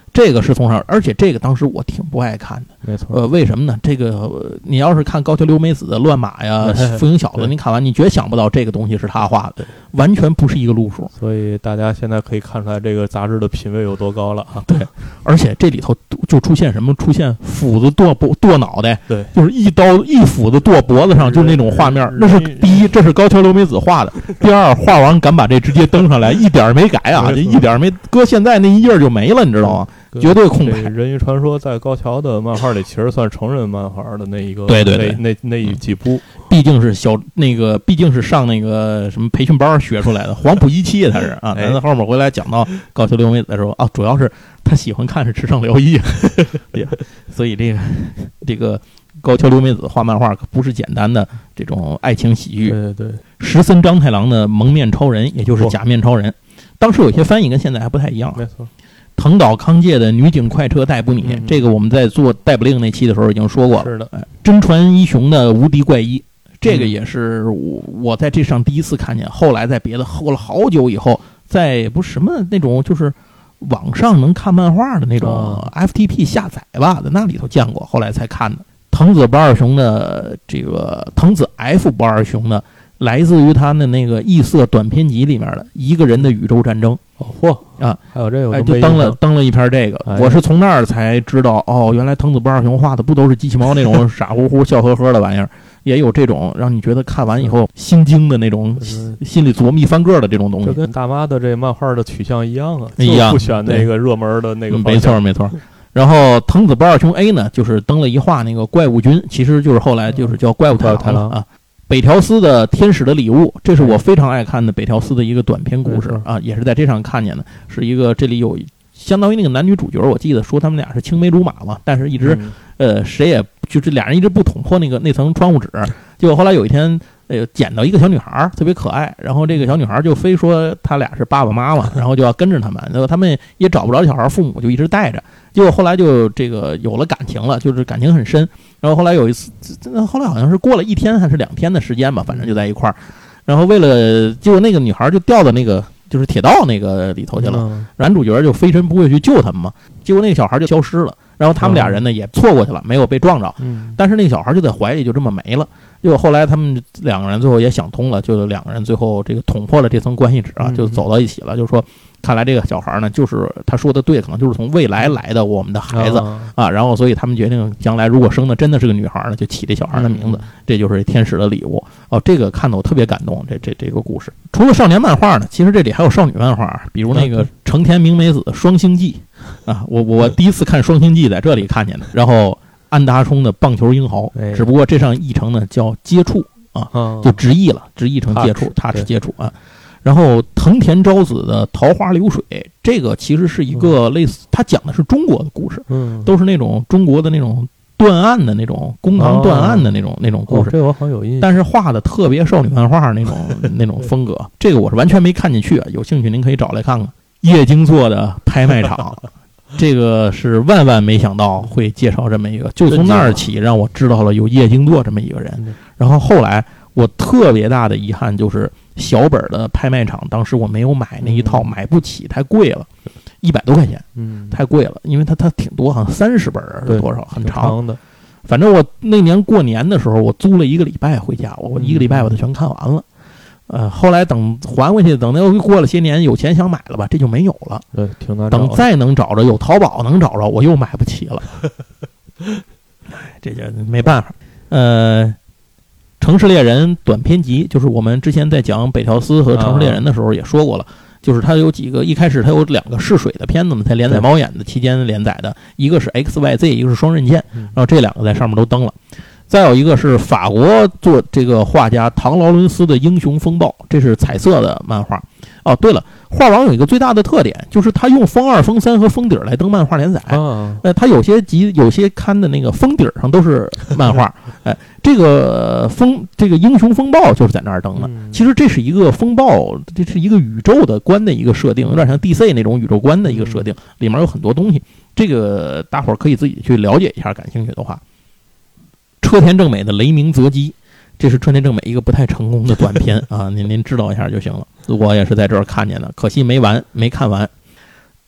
这个是从上，而且这个当时我挺不爱看的， 没错。 呃，为什么呢？这个、呃、你要是看高桥留美子的《乱马》呀、复兴小子，你看完你绝想不到这个东西是他画的，完全不是一个路数。 所以大家现在可以看出来这个杂志的品位有多高了啊！ 对，而且这里头就出现什么？出现斧子剁脖剁脑袋， 对， 就是一刀一斧子剁脖子上，就那种画面。那是第一，这是高桥留美子画的；第二，画王敢把这直接登上来，一点没改啊，就一点没搁现在那一页就没了，你知道吗？绝对空白。 人鱼传说在高桥的漫画里其实算成人漫画的那一个， 对对对， 那那那几部， 毕竟是小那个，毕竟是上那个什么培训班学出来的，黄埔一期他是啊。咱在后面回来讲到高桥留美子的时候啊，主要是他喜欢看是池上辽一，所以这个这个高桥留美子画漫画可不是简单的这种爱情喜剧。 对对， 石森章太郎的蒙面超人，也就是假面超人，当时有些翻译跟现在还不太一样。 没错。 藤岛康介的女警快车逮捕你、嗯，这个我们在做逮捕令那期的时候已经说过了。 是的， 哎，真传一雄的无敌怪医，这个也是我我在这上第一次看见，后来在别的后了好久以后，在不是什么那种就是网上能看漫画的那种 F T P 下载吧，在那里头见过，后来才看的。藤子不二雄的这个藤子 F 不二雄的，来自于他的那个异色短篇集里面的一个人的宇宙战争。 哦嚯啊， 还有这个， 哎，就登了登了一篇这个、哎，我是从那儿才知道，哦，原来藤子不二雄画的不都是机器猫那种傻乎乎、笑呵呵的玩意儿，也有这种让你觉得看完以后心惊的那种、嗯、心里琢磨一翻个的这种东西。 就跟大妈的这漫画的取向一样啊， 一样， 不选那个热门的那个、嗯。 没错没错。然后藤子不二雄 A 呢，就是登了一画那个怪物君，其实就是后来就是叫怪物太郎了啊。北条司的天使的礼物，这是我非常爱看的北条司的一个短篇故事啊，也是在这上看见的，是一个这里有相当于那个男女主角，我记得说他们俩是青梅竹马嘛，但是一直、嗯、呃谁也就这俩人一直不捅破那个那层窗户纸，结果后来有一天呃捡到一个小女孩特别可爱，然后这个小女孩就非说他俩是爸爸妈妈，然后就要跟着他们，然后他们也找不着小孩，父母就一直带着，结果后来就这个有了感情了，就是感情很深。然后后来有一次，后来好像是过了一天还是两天的时间吧，反正就在一块儿。然后为了，结果那个女孩就掉到那个就是铁道那个里头去了，男主角就飞身不会去救他们嘛，结果那个小孩就消失了。然后他们俩人呢也错过去了，没有被撞着，但是那个小孩就在怀里就这么没了。结果后来他们两个人最后也想通了，就两个人最后这个捅破了这层关系纸啊，就走到一起了，就说。看来这个小孩呢，就是他说的对，可能就是从未来来的我们的孩子、哦、啊，然后所以他们决定将来如果生的真的是个女孩呢，就起这小孩的名字，嗯、这就是天使的礼物哦。这个看得我特别感动，这这这个故事。除了少年漫画呢，其实这里还有少女漫画，比如那个成田明美子的《双星记》啊，我我第一次看《双星记》在这里看见的。然后安达充的《棒球英豪》，只不过这上译成呢叫接触啊，就直译了，直译成接触，他是接触啊。然后藤田昭子的《桃花流水》，这个其实是一个类似，它讲的是中国的故事，嗯，都是那种中国的那种断案的那种公堂断案的那种、哦、那种故事。 哦、这我好像有印象， 但是画的特别少女漫画那种那种风格，这个我是完全没看进去啊。有兴趣您可以找来看看。叶京作的拍卖场，这个是万万没想到会介绍这么一个，就从那儿起让我知道了有叶京作这么一个人。然后后来我特别大的遗憾就是小本的拍卖场，当时我没有买那一套，买不起，太贵了，一百多块钱，嗯，太贵了，因为它它挺多，好像三十本是多少，很长的。反正我那年过年的时候，我租了一个礼拜回家，我一个礼拜把它全看完了。呃，后来等还回去，等那又过了些年，有钱想买了吧，这就没有了。 对，挺难找。 等再能找着，有淘宝能找着，我又买不起了。哎，这就没办法。呃。城市猎人短篇集，就是我们之前在讲北条司和城市猎人的时候也说过了，就是它有几个，一开始它有两个试水的片子嘛，在连载猫眼的期间连载的，一个是 X Y Z， 一个是双刃剑，然后这两个在上面都登了。再有一个是法国做这个画家唐劳伦斯的《英雄风暴》，这是彩色的漫画。哦，对了，画王有一个最大的特点，就是他用封二、封三和封底来登漫画连载。呃，他有些集、有些刊的那个封底上都是漫画。哎，这个风，这个英雄风暴就是在那儿登的。其实这是一个风暴，这是一个宇宙的观的一个设定，有点像 D C 那种宇宙观的一个设定，里面有很多东西。这个大伙儿可以自己去了解一下，感兴趣的话。车田正美的《雷鸣择机》。这是车田正美一个不太成功的短片啊，您您知道一下就行了。我也是在这儿看见的，可惜没完，没看完。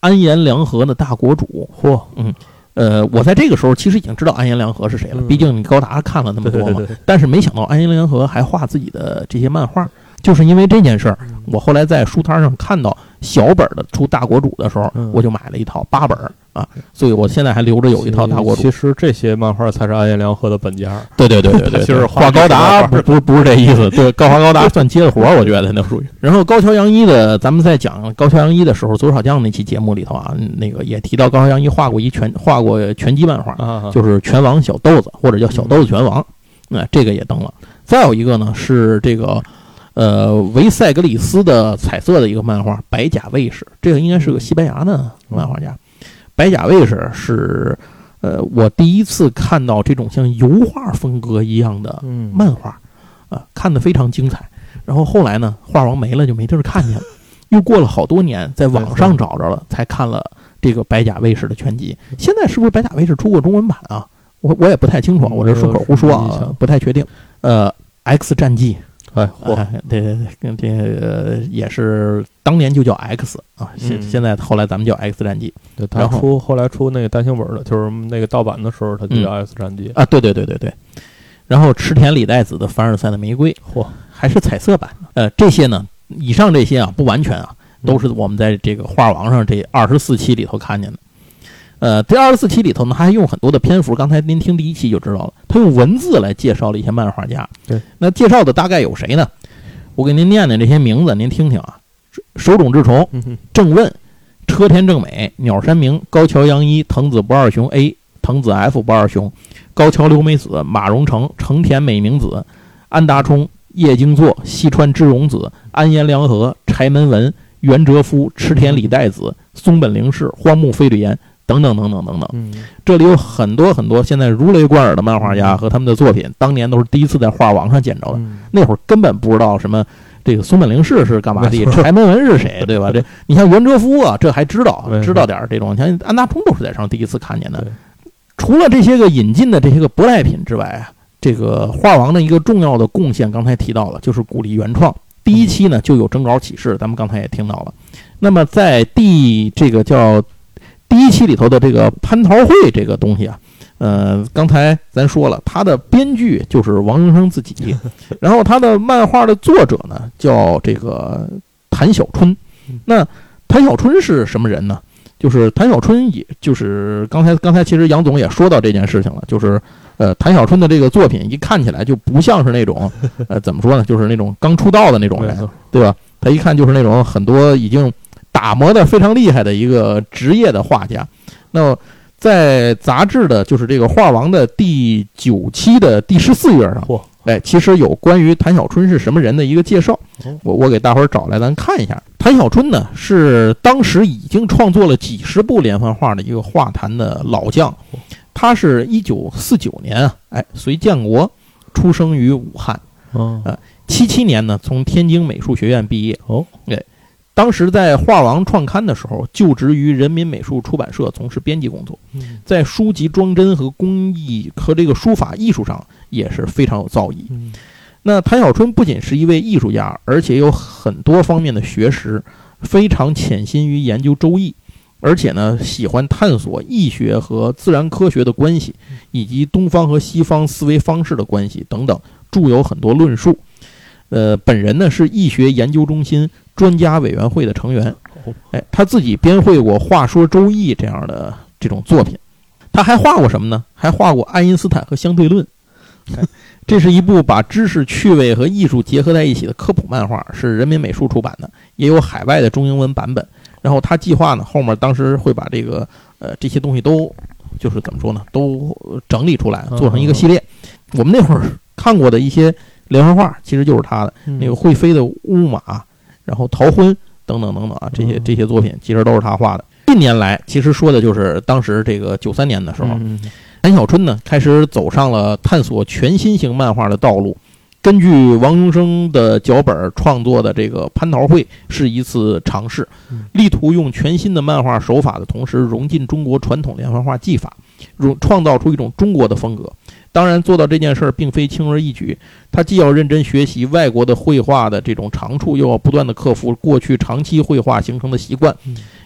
安彦良和的大国主。 嚯， 嗯，呃，我在这个时候其实已经知道安彦良和是谁了， 嗯、 毕竟你高达看了那么多嘛。 对对对对， 但是没想到安彦良和还画自己的这些漫画。就是因为这件事儿，我后来在书摊上看到小本的出大国主的时候， 嗯、 我就买了一套八本啊，所以我现在还留着有一套大国主。 其实这些漫画才是安彦良和的本家。 对对对对对， 就是画高达不不不是这意思。对，高画高达算接的活，我觉得那属于。然后高桥阳一的，咱们在讲高桥阳一的时候，左小将那期节目里头啊，那个也提到高桥阳一画过一拳画过拳击漫画， 啊、 就是拳王小豆子或者叫小豆子拳王，那、嗯、这个也登了。再有一个呢是这个。呃，维塞格里斯的彩色的一个漫画《白甲卫士》，这个应该是个西班牙的漫画家。白甲卫士是呃，我第一次看到这种像油画风格一样的漫画，啊、呃，看得非常精彩。然后后来呢，画王没了，就没地儿看见了。又过了好多年，在网上找着了，才看了这个白甲卫士的全集。现在是不是白甲卫士出过中文版啊？我我也不太清楚，我这顺口胡说啊，不太确定。呃 ，X 战记。 哎， 哎，对对对，这个也是当年就叫 X 啊，现、嗯、现在后来咱们叫 X 战记。 对，他出后来出那个单行本的，就是那个盗版的时候，他就叫 X 战记、 嗯、啊。对对对对对。然后池田理代子的凡尔赛的玫瑰，嚯，还是彩色版。呃，这些呢，以上这些啊，不完全啊，都是我们在这个画王上这二十四期里头看见的。呃，这二十四期里头呢，还用很多的篇幅。刚才您听第一期就知道了，他用文字来介绍了一些漫画家。 对， 那介绍的大概有谁呢？我给您念念这些名字，您听听啊：手冢治虫、郑问、车田正美、鸟山明、高桥阳一、藤子不二雄 A、藤子 F 不二雄、高桥留美子、马荣成、成田美明子、安达充、叶京作、西川知荣子、安彦良和、柴门文、袁哲夫、池田理代子、松本零士、荒木飞吕彦。等等等等等等， 嗯， 这里有很多很多现在如雷贯耳的漫画家和他们的作品，当年都是第一次在画网上捡着的。 嗯、 那会儿根本不知道什么这个松本零士是干嘛的，柴门文是谁，对吧？这你像袁哲夫啊，这还知道知道点这种，像安达充都是在上第一次看见的。除了这些个引进的这些个舶来品之外啊，这个画王的一个重要的贡献，刚才提到了，就是鼓励原创。第一期呢就有征稿启事，咱们刚才也听到了。那么在第这个叫第一期里头的这个蟠桃会这个东西啊，呃，刚才咱说了，他的编剧就是王荣生自己，然后他的漫画的作者呢叫这个谭小春。那谭小春是什么人呢？就是谭小春，也就是刚才刚才其实杨总也说到这件事情了，就是呃，谭小春的这个作品一看起来就不像是那种呃怎么说呢，就是那种刚出道的那种人，对吧？他一看就是那种很多已经打磨的非常厉害的一个职业的画家。那在杂志的就是这个画王的第九期的第十四页上，哎，其实有关于谭小春是什么人的一个介绍，我我给大伙儿找来咱看一下。谭小春呢是当时已经创作了几十部连环画的一个画坛的老将，他是一九四九年啊，哎，隋建国出生于武汉， 哦， 呃，七七年呢从天津美术学院毕业， 哦， 哎。当时在画王创刊的时候，就职于人民美术出版社，从事编辑工作，在书籍装帧和工艺和这个书法艺术上也是非常有造诣。那谭小春不仅是一位艺术家，而且有很多方面的学识，非常潜心于研究周易，而且呢喜欢探索易学和自然科学的关系，以及东方和西方思维方式的关系等等，著有很多论述。呃，本人呢是易学研究中心专家委员会的成员，哎，他自己编绘过《话说周易》这样的这种作品。他还画过什么呢？还画过爱因斯坦和相对论。哎，这是一部把知识、趣味和艺术结合在一起的科普漫画，是人民美术出版的，也有海外的中英文版本。然后他计划呢，后面当时会把这个呃这些东西都就是怎么说呢，都整理出来，做成一个系列。我们那会儿看过的一些连环画其实就是他的，那个会飞的乌马，然后逃婚等等等等啊，这些这些作品其实都是他画的。近年来其实说的就是当时这个九三年的时候，谭小春呢开始走上了探索全新型漫画的道路。根据王荣生的脚本创作的这个蟠桃会是一次尝试，力图用全新的漫画手法的同时融进中国传统连环画技法，创造出一种中国的风格。当然做到这件事儿并非轻而易举，他既要认真学习外国的绘画的这种长处，又要不断的克服过去长期绘画形成的习惯，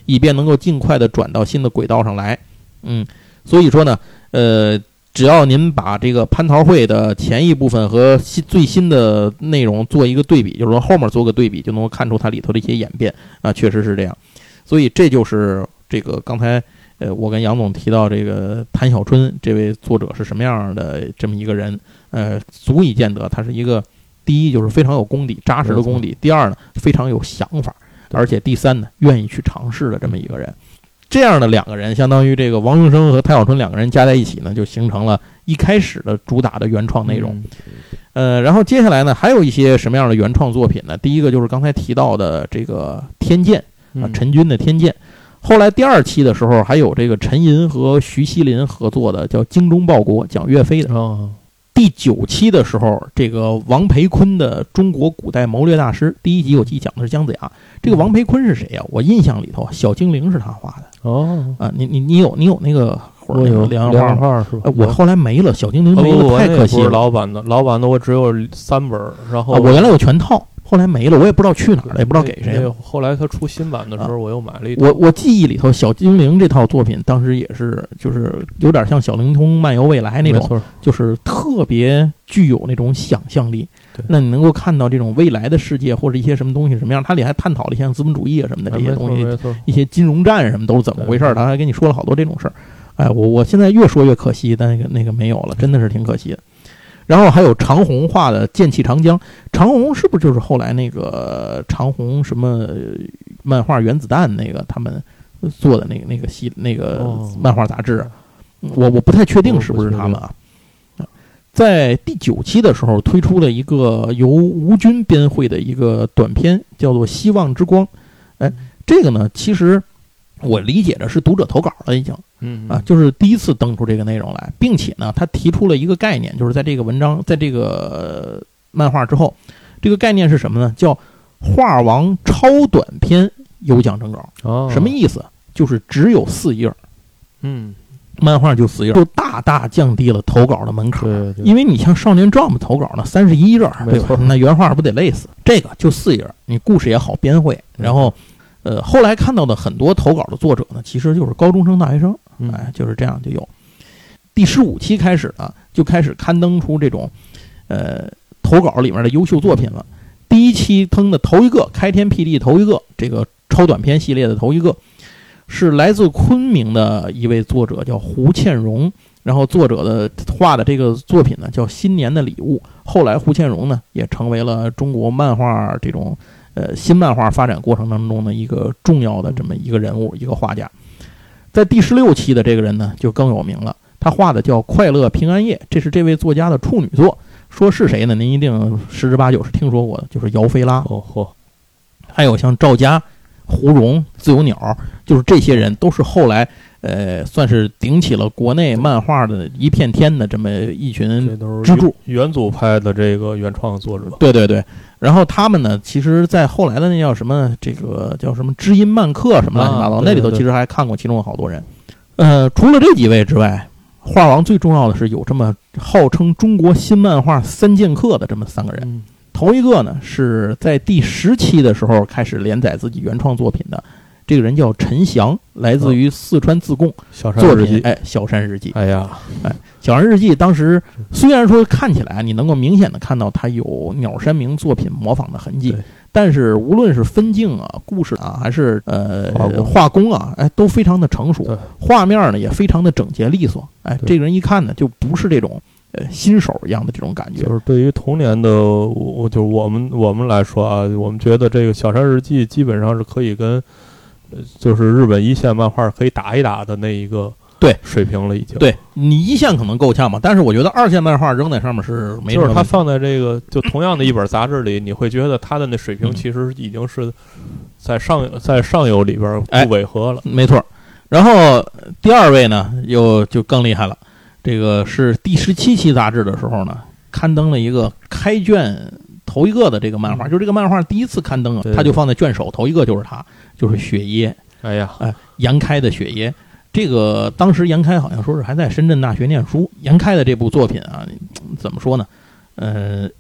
以便能够尽快的转到新的轨道上来。嗯，所以说呢，呃，只要您把这个蟠桃会的前一部分和新最新的内容做一个对比，就是说后面做个对比，就能够看出它里头的一些演变啊，确实是这样。所以这就是这个刚才呃我跟杨总提到这个谭小春这位作者是什么样的这么一个人，呃，足以见得他是一个第一就是非常有功底、扎实的功底，第二呢非常有想法，而且第三呢愿意去尝试的这么一个人。这样的两个人，相当于这个王永生和谭小春两个人加在一起呢，就形成了一开始的主打的原创内容。呃，然后接下来呢，还有一些什么样的原创作品呢？第一个就是刚才提到的这个《天剑》啊，陈军的《天剑》。后来第二期的时候，还有这个陈寅和徐锡麟合作的叫《精忠报国》，讲岳飞的。 哦。 第九期的时候，这个王培坤的《中国古代谋略大师》第一集，我记讲的是姜子牙。这个王培坤是谁呀、啊？我印象里头，小精灵是他画的。 哦。 啊，你你你有你有那个我有连环画是吧、 呃？我后来没了，小精灵没了，哦、太可惜了。 不是老版的，老版的我只有三本，然后、 啊、我原来有全套。后来没了，我也不知道去哪儿了，也不知道给谁了。 后来他出新版的时候，我又买了一套。 我我记忆里头，小精灵这套作品当时也是，就是有点像小灵通漫游未来那种，就是特别具有那种想象力。那你能够看到这种未来的世界或者一些什么东西什么样，它里还探讨了像资本主义啊什么的这些东西，一些金融战什么都是怎么回事，他还跟你说了好多这种事儿。哎，我我现在越说越可惜，但那个那个没有了，真的是挺可惜的。然后还有长虹画的《剑气长江》，长虹是不是就是后来那个长虹什么漫画原子弹那个他们做的那个那个系那个漫画杂志？我我不太确定是不是他们啊。在第九期的时候推出了一个由吴军编绘的一个短片，叫做《希望之光》。哎，这个呢，其实我理解的是读者投稿了已经。嗯啊，就是第一次登出这个内容来，并且呢，他提出了一个概念，就是在这个文章，在这个漫画之后，这个概念是什么呢？叫画王超短篇有奖征稿。哦，什么意思？就是只有四页。嗯，漫画就四页，就大大降低了投稿的门槛。对对，因为你像少年 Jump 投稿呢，三十一页，对吧？那原画不得累死？这个就四页，你故事也好编绘，然后。呃，后来看到的很多投稿的作者呢，其实就是高中生、大学生，哎，就是这样就有。第十五期开始呢，就开始刊登出这种，呃，投稿里面的优秀作品了。第一期登的头一个，开天辟地头一个，这个超短篇系列的头一个，是来自昆明的一位作者，叫胡倩荣。然后作者的画的这个作品呢，叫《新年的礼物》。后来胡倩荣呢，也成为了中国漫画这种。呃，新漫画发展过程当中的一个重要的这么一个人物，一个画家。在第十六期的这个人呢，就更有名了。他画的叫《快乐平安夜》，这是这位作家的处女作。说是谁呢？您一定十之八九是听说过的，就是姚菲拉。哦嚯！还有像赵佳、胡荣、自由鸟，就是这些人都是后来呃，算是顶起了国内漫画的一片天的这么一群支柱。 元祖派的这个原创作者。 对对对。然后他们呢，其实在后来的那叫什么，这个叫什么知音漫客什么乱七八糟，那里头其实还看过其中有好多人。呃，除了这几位之外，画王最重要的是有这么号称中国新漫画三剑客的这么三个人。嗯、头一个呢是在第十期的时候开始连载自己原创作品的，这个人叫陈翔，来自于四川自贡， 小山日记。 哎，小山日记。 哎呀， 哎。小山日记当时虽然说看起来你能够明显的看到它有鸟山明作品模仿的痕迹，但是无论是分镜啊、故事啊，还是呃画工啊，哎，都非常的成熟，画面呢也非常的整洁利索。哎，这个人一看呢，就不是这种呃新手一样的这种感觉。 就是对于童年的我，就我们我们来说啊，我们觉得这个小山日记基本上是可以跟，就是日本一线漫画可以打一打的那一个。 对水平了已经， 对你一线可能够呛嘛，但是我觉得二线漫画扔在上面是没什么。 就是它放在这个就同样的一本杂志里，你会觉得它的那水平其实已经是在上在上游里边不违和了。 哎、没错。然后第二位呢，又就更厉害了，这个是第十七期杂志的时候呢，刊登了一个开卷头一个的这个漫画，嗯、就是这个漫画第一次刊登啊，他就放在卷首头一个就是他，就是雪耶。 哎呀， 哎，杨开的雪耶。这个当时杨开好像说是还在深圳大学念书。杨开的这部作品啊，怎么说呢？呃，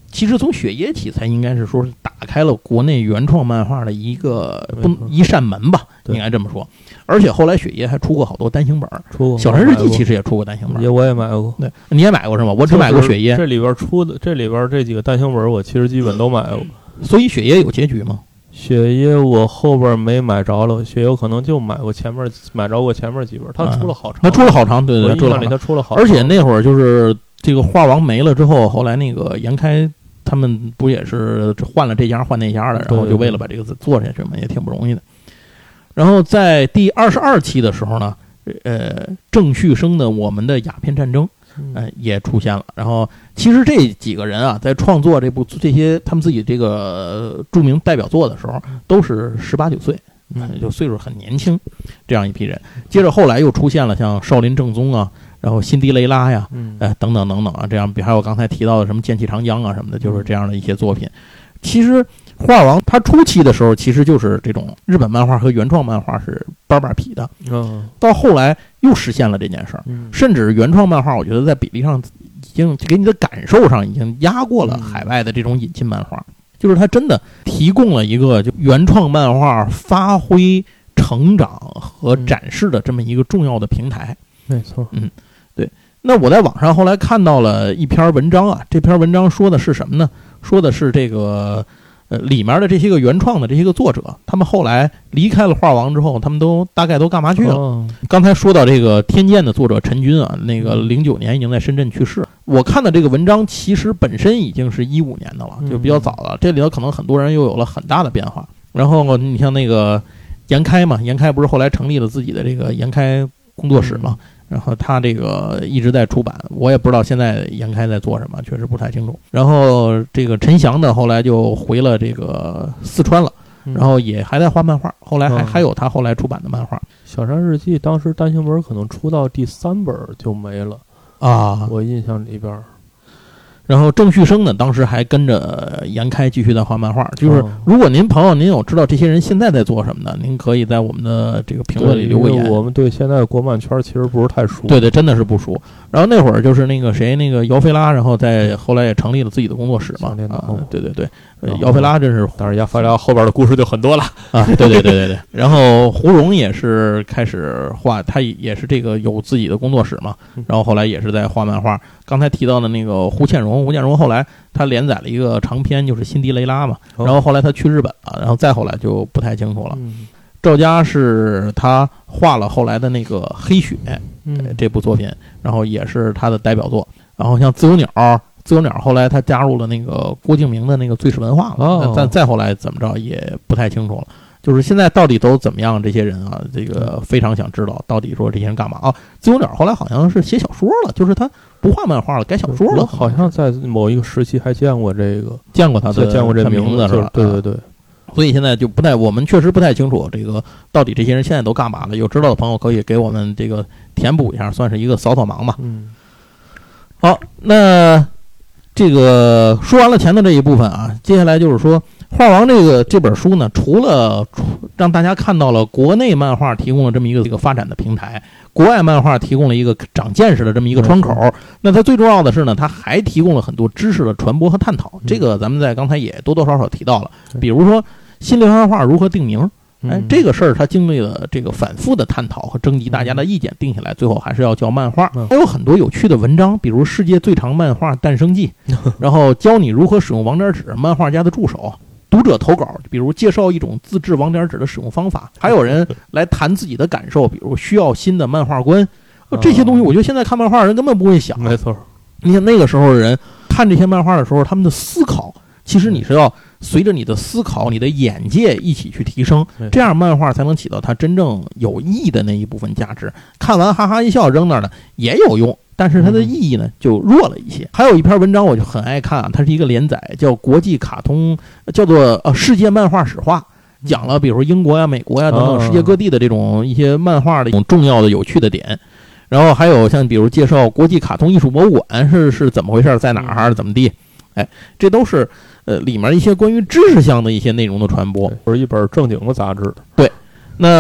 其实从雪野起才应该是说是打开了国内原创漫画的一个不一扇门吧，应该这么说。而且后来雪野还出过好多单行本， 出过小山日记其实也出过单行本， 也我也买过。 对，你也买过是吗？我只买过雪野。 这里边出的这里边这几个单行本，我其实基本都买过。 所以雪野有结局吗？ 雪野我后边没买着了，雪野可能就买过前面买着过前面几本，他出了好长， 他出了好长，对对， 对，他出了好长。 而且那会儿就是这个画王没了之后，后来那个严开他们不也是换了这家换那家的，然后就为了把这个做下去嘛，也挺不容易的。然后在第二十二期的时候呢，呃，郑旭升的《我们的鸦片战争》呃也出现了。然后其实这几个人啊，在创作这部这些他们自己这个著名代表作的时候，都是十八九岁。嗯，就岁数很年轻，这样一批人。接着后来又出现了像少林正宗啊，然后辛迪雷拉呀，嗯，哎等等等等啊，这样比还有刚才提到的什么剑气长江啊什么的，就是这样的一些作品。其实画王它初期的时候，其实就是这种日本漫画和原创漫画是板板匹的，嗯，到后来又实现了这件事儿，嗯，甚至原创漫画，我觉得在比例上已经给你的感受上已经压过了海外的这种引进漫画。就是它真的提供了一个就原创漫画发挥、成长和展示的这么一个重要的平台。 没错， 嗯，对。那我在网上后来看到了一篇文章啊，这篇文章说的是什么呢？说的是这个呃里面的这些个原创的这些个作者，他们后来离开了画王之后，他们都大概都干嘛去了？哦、刚才说到这个天剑的作者陈军啊，那个零九年已经在深圳去世。我看的这个文章其实本身已经是一五年的了，就比较早了。这里头可能很多人又有了很大的变化。然后你像那个严开嘛，严开不是后来成立了自己的这个严开工作室嘛？然后他这个一直在出版，我也不知道现在严开在做什么，确实不太清楚。然后这个陈翔呢，后来就回了这个四川了，然后也还在画漫画。后来还、嗯、还有他后来出版的漫画《 小山日记》，当时单行本可能出到第三本就没了。啊，我印象里边， 然后郑旭升呢，当时还跟着严开继续在画漫画。就是如果您朋友您有知道这些人现在在做什么的，您可以在我们的这个评论里留个言。 我们对现在的国漫圈其实不是太熟， 对对，真的是不熟。然后那会儿就是那个谁，那个姚菲拉，然后在后来也成立了自己的工作室嘛。啊，对对对，姚菲拉真是， 当然姚菲拉后边的故事就很多了啊。对对对对对。然后胡荣也是开始画，他也是这个有自己的工作室嘛。然后后来也是在画漫画。刚才提到的那个胡倩荣，胡倩荣后来他连载了一个长篇，就是辛迪雷拉嘛。然后后来他去日本了，然后再后来就不太清楚了。嗯、赵家是他画了后来的那个黑雪、嗯、这部作品，然后也是他的代表作。然后像自由鸟，自由鸟后来他加入了那个郭敬明的那个最是文化了，哦、再再后来怎么着也不太清楚了。就是现在到底都怎么样？这些人啊，这个非常想知道，到底说这些人干嘛啊？自由鸟后来好像是写小说了，就是他不画漫画了，改小说了。 好像在某一个时期还见过这个， 见过他的， 见过这名字是吧？对对对。 所以现在就不太，我们确实不太清楚这个到底这些人现在都干嘛了。有知道的朋友可以给我们这个填补一下，算是一个扫扫盲吧。 嗯。 好，那这个说完了前头这一部分啊，接下来就是说。画王这个这本书呢，除了让大家看到了国内漫画提供了这么一个这个发展的平台，国外漫画提供了一个长见识的这么一个窗口。那它最重要的是呢，它还提供了很多知识的传播和探讨。这个咱们在刚才也多多少少提到了，比如说新流行画如何定名，哎，这个事儿它经历了这个反复的探讨和征集大家的意见，定下来最后还是要叫漫画。还有很多有趣的文章，比如世界最长漫画诞生记，然后教你如何使用网点纸，漫画家的助手。读者投稿，比如介绍一种自制网点纸的使用方法，还有人来谈自己的感受，比如需要新的漫画观，这些东西我觉得现在看漫画人根本不会想。 没错， 你看那个时候的人看这些漫画的时候，他们的思考，其实你是要随着你的思考、你的眼界一起去提升，这样漫画才能起到它真正有意义的那一部分价值。看完哈哈一笑扔那儿的也有用。但是它的意义呢就弱了一些。还有一篇文章我就很爱看啊，它是一个连载，叫国际卡通，叫做呃世界漫画史话，讲了比如说英国呀、美国呀等等世界各地的这种一些漫画的一种重要的有趣的点。然后还有像比如介绍国际卡通艺术博物馆是是怎么回事，在哪儿怎么地，哎，这都是呃里面一些关于知识项的一些内容的传播， 是一本正经的杂志。 对，那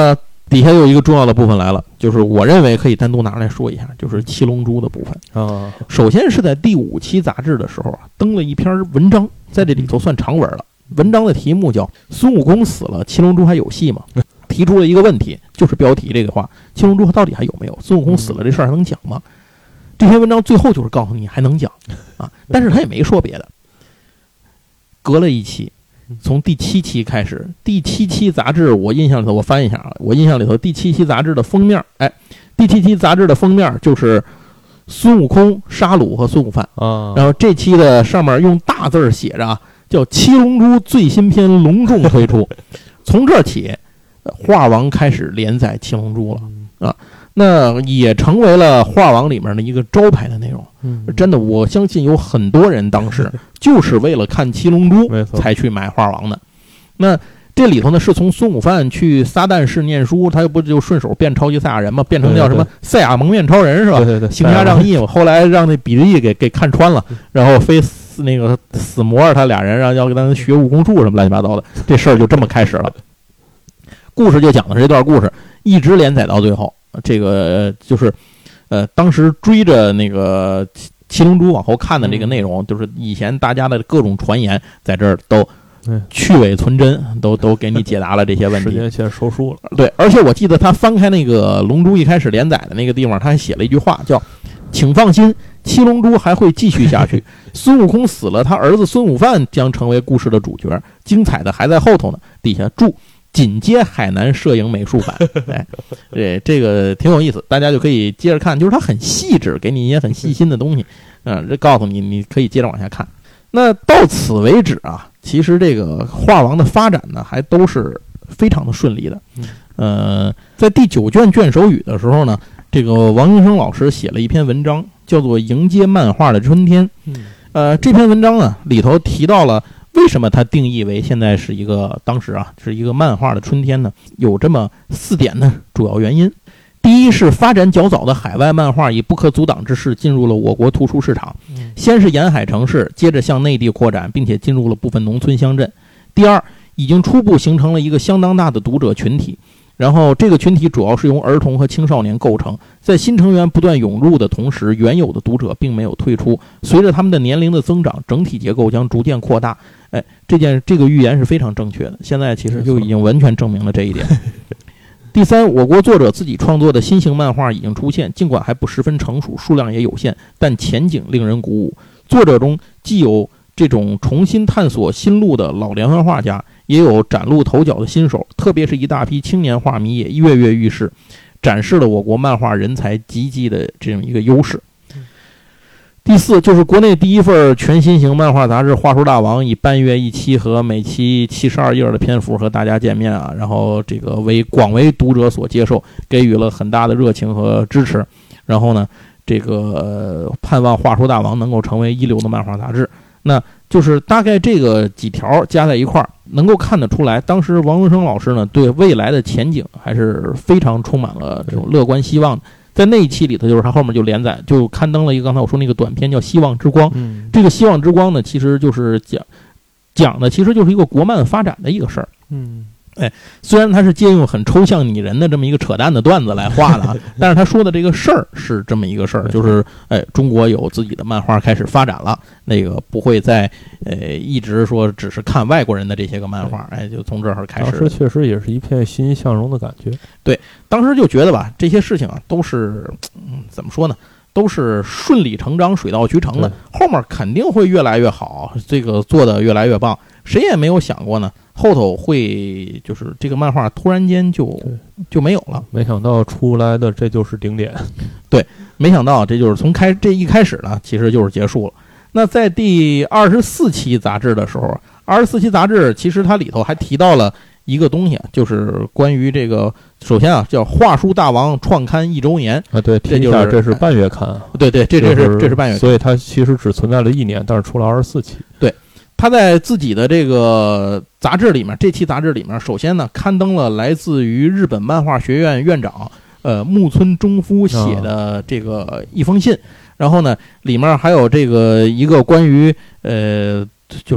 底下有一个重要的部分来了，就是我认为可以单独拿出来说一下，就是七龙珠的部分啊。 首先是在第五期杂志的时候啊，登了一篇文章，在这里头算长文了。文章的题目叫《孙悟空死了，七龙珠还有戏吗》？提出了一个问题，就是标题这个话：七龙珠到底还有没有？孙悟空死了这事儿还能讲吗？这篇文章最后就是告诉你还能讲啊，但是他也没说别的。隔了一期，从第七期开始，第七期杂志我印象里头，我翻一下啊，我印象里头第七期杂志的封面，哎，第七期杂志的封面就是孙悟空、沙鲁和孙悟饭啊。然后这期的上面用大字写着啊，叫《七龙珠》最新篇隆重推出。从这起，画王开始连载《七龙珠》了啊。那也成为了画王里面的一个招牌的内容。嗯，真的，我相信有很多人当时就是为了看七龙珠才去买画王的。那这里头呢，是从孙悟饭去撒旦市念书，他又不就顺手变超级赛亚人吗？变成叫什么赛亚蒙面超人是吧？ 对对对， 行侠仗义。我后来让那比利给给看穿了，然后非死那个死磨着他俩人，让要跟他学武功术什么乱七八糟的，这事儿就这么开始了。故事就讲的是这段故事，一直连载到最后。这个就是，呃，当时追着那个七龙珠往后看的这个内容，就是以前大家的各种传言，在这儿都去伪存真，都都给你解答了这些问题。 时间线收束了。 对，而且我记得他翻开那个《龙珠》一开始连载的那个地方，他还写了一句话，叫“请放心，七龙珠还会继续下去。孙悟空死了，他儿子孙悟饭将成为故事的主角，精彩的还在后头呢。”底下注。紧接海南摄影美术版，哎，对，这个挺有意思，大家就可以接着看，就是它很细致，给你一些很细心的东西，嗯，这告诉你，你可以接着往下看。那到此为止啊，其实这个画王的发展呢，还都是非常的顺利的。呃，在第九卷卷首语的时候呢，这个王云生老师写了一篇文章，叫做《迎接漫画的春天》。呃，这篇文章呢里头提到了。为什么它定义为现在是一个当时啊是一个漫画的春天呢？有这么四点呢主要原因。第一是发展较早的海外漫画以不可阻挡之势进入了我国图书市场，先是沿海城市，接着向内地扩展，并且进入了部分农村乡镇。第二，已经初步形成了一个相当大的读者群体，然后这个群体主要是由儿童和青少年构成，在新成员不断涌入的同时，原有的读者并没有退出，随着他们的年龄的增长，整体结构将逐渐扩大。哎，这件这个预言是非常正确的，现在其实就已经完全证明了这一点。第三，我国作者自己创作的新型漫画已经出现，尽管还不十分成熟，数量也有限，但前景令人鼓舞。作者中既有这种重新探索新路的老连环画家，也有崭露头角的新手，特别是一大批青年画迷也跃跃欲试，展示了我国漫画人才济济的这样一个优势。第四，就是国内第一份全新型漫画杂志《画书大王》，以半月一期和每期七十二页的篇幅和大家见面啊，然后这个为广为读者所接受，给予了很大的热情和支持。然后呢，这个、呃、盼望《画书大王》能够成为一流的漫画杂志。那就是大概这个几条加在一块儿，能够看得出来，当时王文生老师呢对未来的前景还是非常充满了这种乐观希望的。在那一期里头，就是他后面就连载，就刊登了一个刚才我说那个短片叫《希望之光》。嗯，这个《希望之光》呢，其实就是讲讲的，其实就是一个国漫发展的一个事儿。嗯，哎，虽然他是借用很抽象拟人的这么一个扯淡的段子来画的啊，但是他说的这个事儿是这么一个事儿，就是哎，中国有自己的漫画开始发展了，那个不会再呃一直说只是看外国人的这些个漫画，哎，就从这儿开始。 当时确实也是一片欣欣向荣的感觉。 对。当时就觉得吧，这些事情啊，都是、嗯、怎么说呢？都是顺理成章、水到渠成的，后面肯定会越来越好，这个做得越来越棒。谁也没有想过呢，后头会就是这个漫画突然间就就没有了。 没想到出来的这就是顶点。 对，没想到这就是从开这一开始呢，其实就是结束了。那在第二十四期杂志的时候，二十四期杂志其实它里头还提到了一个东西啊，就是关于这个，首先啊叫《画书大王》创刊一周年啊，对，这就是这是半月刊， 对对，这这是这是半月刊， 所以它其实只存在了一年，但是出了二十四期。 对，他在自己的这个杂志里面，这期杂志里面，首先呢刊登了来自于日本漫画学院院长呃木村忠夫写的这个一封信，然后呢里面还有这个一个关于呃就是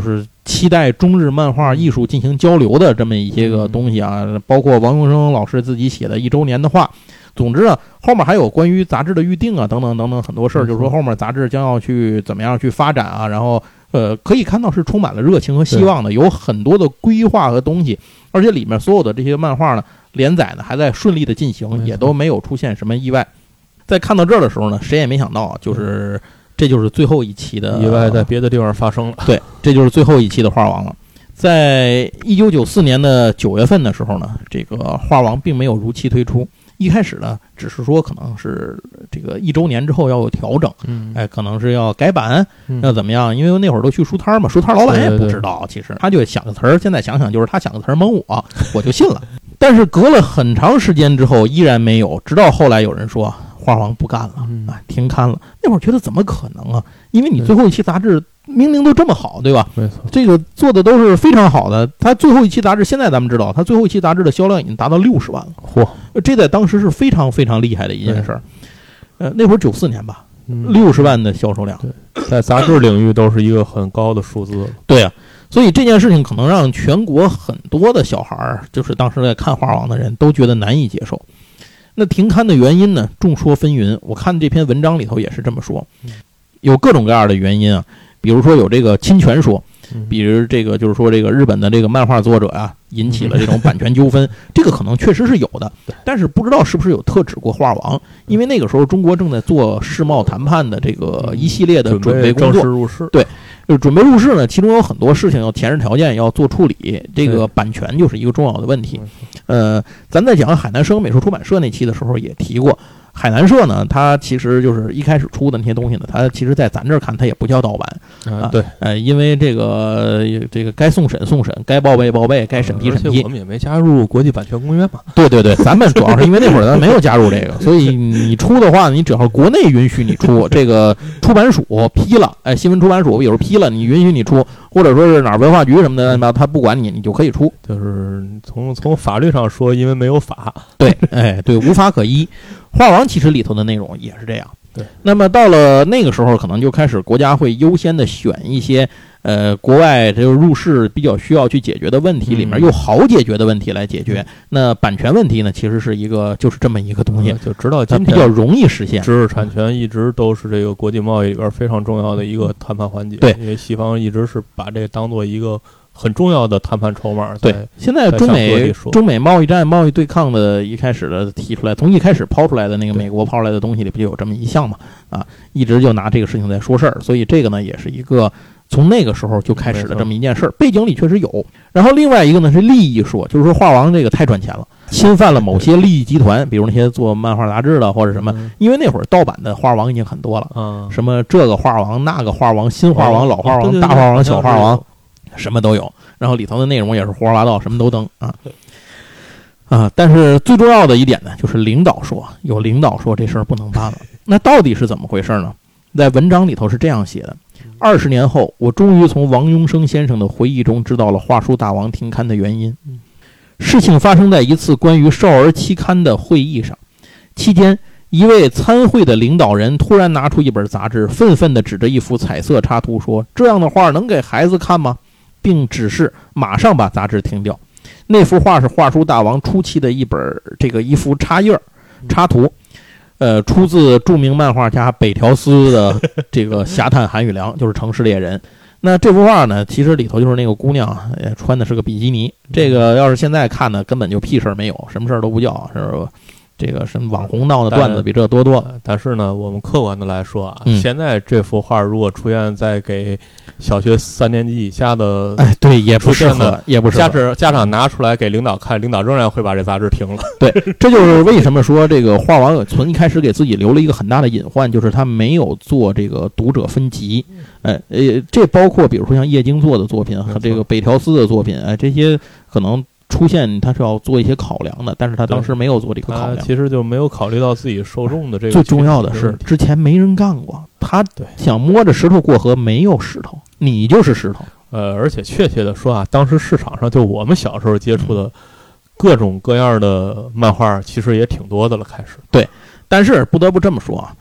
期待中日漫画艺术进行交流的这么一些个东西啊，包括王永生老师自己写的一周年的话。总之啊，后面还有关于杂志的预定啊，等等等等很多事儿，就是说后面杂志将要去怎么样去发展啊，然后呃，可以看到是充满了热情和希望的，有很多的规划和东西，而且里面所有的这些漫画呢，连载呢还在顺利的进行，也都没有出现什么意外。在看到这儿的时候呢，谁也没想到，就是这就是最后一期的意外在别的地方发生了。 对，这就是最后一期的画王了。在一九九四年的九月份的时候呢，这个画王并没有如期推出。一开始呢，只是说可能是这个一周年之后要有调整，嗯，哎，可能是要改版，嗯、要怎么样？因为那会儿都去书摊嘛，书摊老板也不知道，其实他就想个词儿。现在想想，就是他想个词儿蒙我，我就信了。但是隔了很长时间之后，依然没有。直到后来有人说画王不干了，哎，停刊了。那会儿觉得怎么可能啊？因为你最后一期杂志明明都这么好，对吧？ 没错， 这个做的都是非常好的。他最后一期杂志，现在咱们知道，他最后一期杂志的销量已经达到六十万了。 嚯， 这在当时是非常非常厉害的一件事儿。呃，那会儿九四年吧，六十万的销售量， 对，在杂志领域都是一个很高的数字。 对啊，所以这件事情可能让全国很多的小孩儿，就是当时在看画王的人都觉得难以接受。那停刊的原因呢，众说纷纭。我看这篇文章里头也是这么说，有各种各样的原因啊。比如说有这个侵权说，比如这个就是说这个日本的这个漫画作者啊，引起了这种版权纠纷，这个可能确实是有的，但是不知道是不是有特指过画王，因为那个时候中国正在做世贸谈判的这个一系列的准备工作， 正式入市， 对，就是准备入市呢，其中有很多事情要填实条件，要做处理，这个版权就是一个重要的问题。呃，咱在讲海南省美术出版社那期的时候也提过。海南社呢，它其实就是一开始出的那些东西呢，它其实在咱这儿看，它也不叫盗版啊。对， 呃，因为这个这个该送审送审，该报备报备，该审批审批。 我们也没加入国际版权公约嘛。 对对对，咱们主要是因为那会儿咱没有加入这个，所以你出的话，你只要国内允许你出，这个出版署批了，哎，新闻出版署有时候批了，你允许你出，或者说是哪儿文化局什么的，他不管你，你就可以出。 就是从从法律上说，因为没有法， 对，哎，对，无法可依。画王其实里头的内容也是这样， 对。 那么到了那个时候，可能就开始国家会优先的选一些呃国外这个入市比较需要去解决的问题里面又好解决的问题来解决。嗯、那版权问题呢，其实是一个就是这么一个东西， 嗯、就知道今天比较容易实现。 知识产权一直都是这个国际贸易里边非常重要的一个谈判环节， 对， 因为西方一直是把这当做一个很重要的谈判筹码。 对，现在中美中美贸易战、贸易对抗的一开始的提出来，从一开始抛出来的那个美国抛出来的东西里不就有这么一项嘛？啊，一直就拿这个事情在说事儿，所以这个呢也是一个从那个时候就开始的这么一件事儿，背景里确实有。然后另外一个呢是利益说，就是说画王这个太赚钱了，侵犯了某些利益集团，比如那些做漫画杂志的或者什么，因为那会儿盗版的画王已经很多了，嗯，什么这个画王、那个画王、新画王、老画王、大画王、小画王。什么都有，然后里头的内容也是胡说八道，什么都登啊啊！但是最重要的一点呢，就是领导说，有领导说这事儿不能办了。那到底是怎么回事呢？在文章里头是这样写的：二十年后，我终于从王庸生先生的回忆中知道了画书大王停刊的原因。事情发生在一次关于少儿期刊的会议上，期间一位参会的领导人突然拿出一本杂志，愤愤地指着一幅彩色插图说：“这样的画能给孩子看吗？”并指示马上把杂志停掉。那幅画是画书大王初期的一本这个一幅插页插图，呃，出自著名漫画家北条司的这个《侠探韩宇良》，就是城市猎人。那这幅画呢，其实里头就是那个姑娘也穿的是个比基尼，这个要是现在看呢，根本就屁事儿没有，什么事儿都不叫，是吧？这个什么网红闹的段子比这多多。 但是呢，我们客观的来说啊，嗯、现在这幅画如果出现在给小学三年级以下的， 哎，对，也不适合，也不适合。 家长家长拿出来给领导看，领导仍然会把这杂志停了。 对，这就是为什么说这个画王从一开始给自己留了一个很大的隐患，就是他没有做这个读者分级。哎，呃，这包括比如说像叶京做的作品和这个北条司的作品，哎，这些可能出现他是要做一些考量的，但是他当时没有做这个考量， 其实就没有考虑到自己受众的这个。 最重要的是，之前没人干过，他想摸着石头过河，没有石头，你就是石头。 呃，而且确切的说啊，当时市场上就我们小时候接触的各种各样的漫画，其实也挺多的了，开始。 对，但是不得不这么说啊，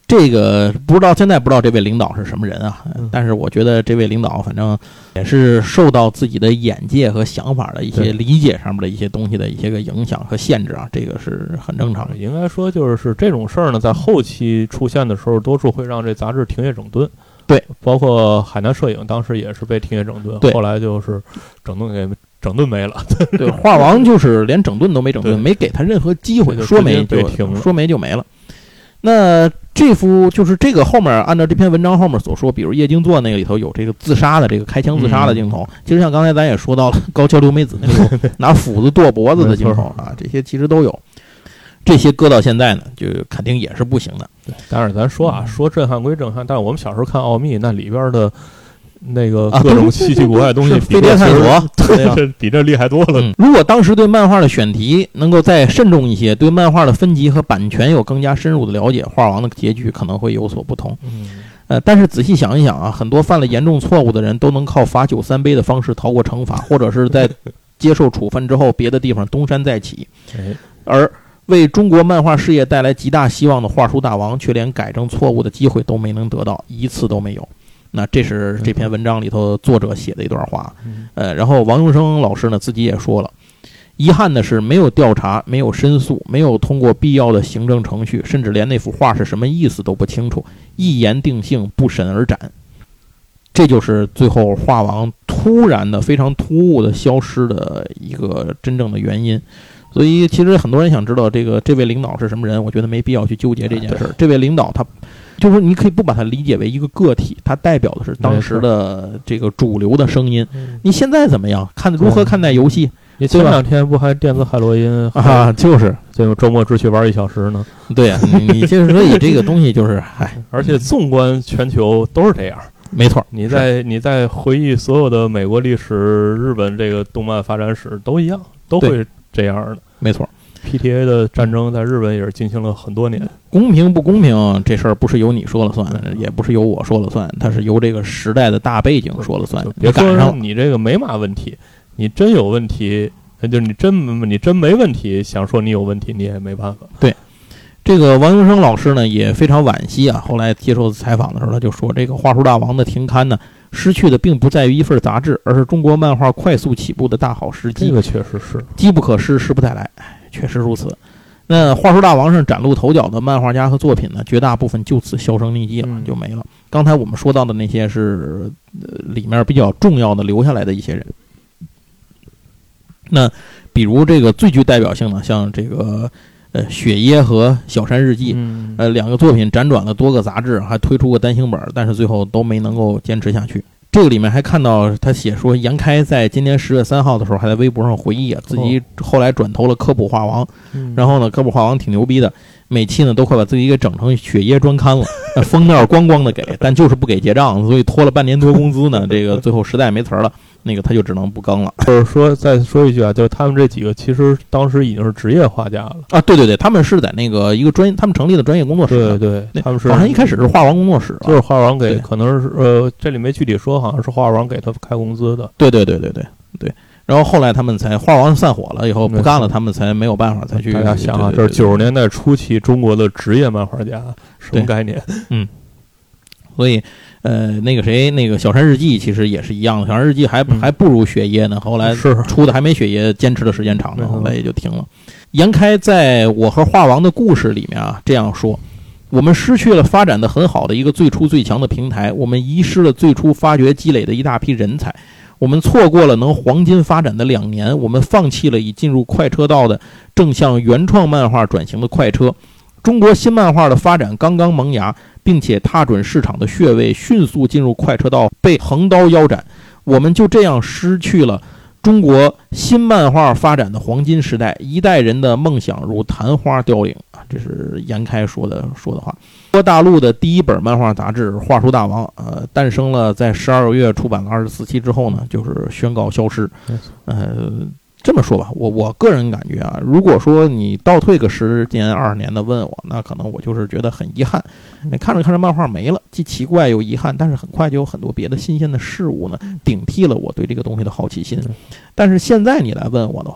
这个不知道现在不知道这位领导是什么人啊， 嗯、 但是我觉得这位领导反正也是受到自己的眼界和想法的一些理解上面的一些东西的一些个影响和限制啊，这个是很正常的。 应该说就是这种事儿呢，在后期出现的时候，多数会让这杂志停业整顿。 对， 包括海南摄影当时也是被停业整顿， 对， 后来就是整顿给整顿没了。 对，画王就是连整顿都没整顿，没给他任何机会，说没就停了， 说没就没了。那这幅就是这个后面，按照这篇文章后面所说，比如叶京作那个里头有这个自杀的这个开枪自杀的镜头，嗯、其实像刚才咱也说到了高桥留美子那个拿斧子剁脖子的镜头啊，这些其实都有。这些搁到现在呢，就肯定也是不行的。 对，但是咱说啊，说震撼归震撼，但是我们小时候看奥秘，那里边的那个各种稀奇古怪的东西， 飞碟探索， 这比这厉害多了、 嗯。如果当时对漫画的选题能够再慎重一些，对漫画的分级和版权有更加深入的了解，画王的结局可能会有所不同。 嗯， 呃，但是仔细想一想啊，很多犯了严重错误的人都能靠罚酒三杯的方式逃过惩罚，或者是在接受处分之后，别的地方东山再起。而为中国漫画事业带来极大希望的画书大王，却连改正错误的机会都没能得到，一次都没有。那这是这篇文章里头作者写的一段话。呃，然后王永生老师呢自己也说了，遗憾的是没有调查，没有申诉，没有通过必要的行政程序，甚至连那幅画是什么意思都不清楚，一言定性，不审而斩。这就是最后画王突然的非常突兀的消失的一个真正的原因。所以其实很多人想知道这个这位领导是什么人，我觉得没必要去纠结这件事。这位领导他就是你可以不把它理解为一个个体，他代表的是当时的这个主流的声音。你现在怎么样看如何看待游戏？ 你前两天不还电子海洛因啊？就是就周末只去玩一小时呢。 对呀、啊，你就是所以这个东西就是唉， 而且纵观全球都是这样。 没错， 你在你在回忆所有的美国历史、日本这个动漫发展史都一样，都会这样的。 没错 ，P T A 的战争在日本也是进行了很多年。 公平不公平这事儿不是由你说了算，也不是由我说了算，它是由这个时代的大背景说了算。 别说你这个没嘛问题，你真有问题，就是你真你真没问题，想说你有问题你也没办法。 对。这个王永生老师呢也非常惋惜啊，后来接受采访的时候他就说，这个画书大王的停刊呢，失去的并不在于一份杂志，而是中国漫画快速起步的大好时机。 这个确实是机不可失，时不再来，确实如此。那画书大王上崭露头角的漫画家和作品呢，绝大部分就此销声匿迹了，就没了。刚才我们说到的那些是、呃、里面比较重要的留下来的一些人。那比如这个最具代表性的，像这个呃，雪耶和小山日记， 嗯、 呃，两个作品辗转了多个杂志，还推出过单行本，但是最后都没能够坚持下去。这个里面还看到他写说，严开在今年十月三号的时候，还在微博上回忆啊，自己后来转投了科普画王， 哦、 然后呢，科普画王挺牛逼的，每期呢都快把自己给整成雪耶专刊了，封面光光的给，但就是不给结账，所以拖了半年多工资呢，这个最后实在没词儿了。那个他就只能不更了。 就是说，再说一句啊，就是他们这几个其实当时已经是职业画家了啊！对对对，他们是在那个一个专业，他们成立的专业工作室。 对对，他们是好像一开始是画王工作室， 就是画王给，可能是呃，这里没具体说，好像是画王给他开工资的。 对对对对对对。然后后来他们才画王散伙了以后不干了，他们才没有办法才去。 大家想啊，这是九十年代初期中国的职业漫画家什么概念？ 嗯，所以。呃，那个谁，那个小山日记其实也是一样的，小山日记还还不如雪耶呢，后来出的还没雪耶坚持的时间长呢，后来也就停了。严开在我和画王的故事里面啊这样说，我们失去了发展的很好的一个最初最强的平台，我们遗失了最初发掘积累的一大批人才，我们错过了能黄金发展的两年，我们放弃了已进入快车道的正向原创漫画转型的快车。中国新漫画的发展刚刚萌芽，并且踏准市场的穴位，迅速进入快车道，被横刀腰斩。我们就这样失去了中国新漫画发展的黄金时代，一代人的梦想如昙花凋零啊！这是严开说的说的话。中国大陆的第一本漫画杂志《画书大王》呃，诞生了，在十二个月出版了二十四期之后呢，就是宣告消失。呃。这么说吧，我我个人感觉啊，如果说你倒退个十年二十年的问我，那可能我就是觉得很遗憾。你看着看着漫画没了，既奇怪又遗憾，但是很快就有很多别的新鲜的事物呢，顶替了我对这个东西的好奇心。但是现在你来问我的话，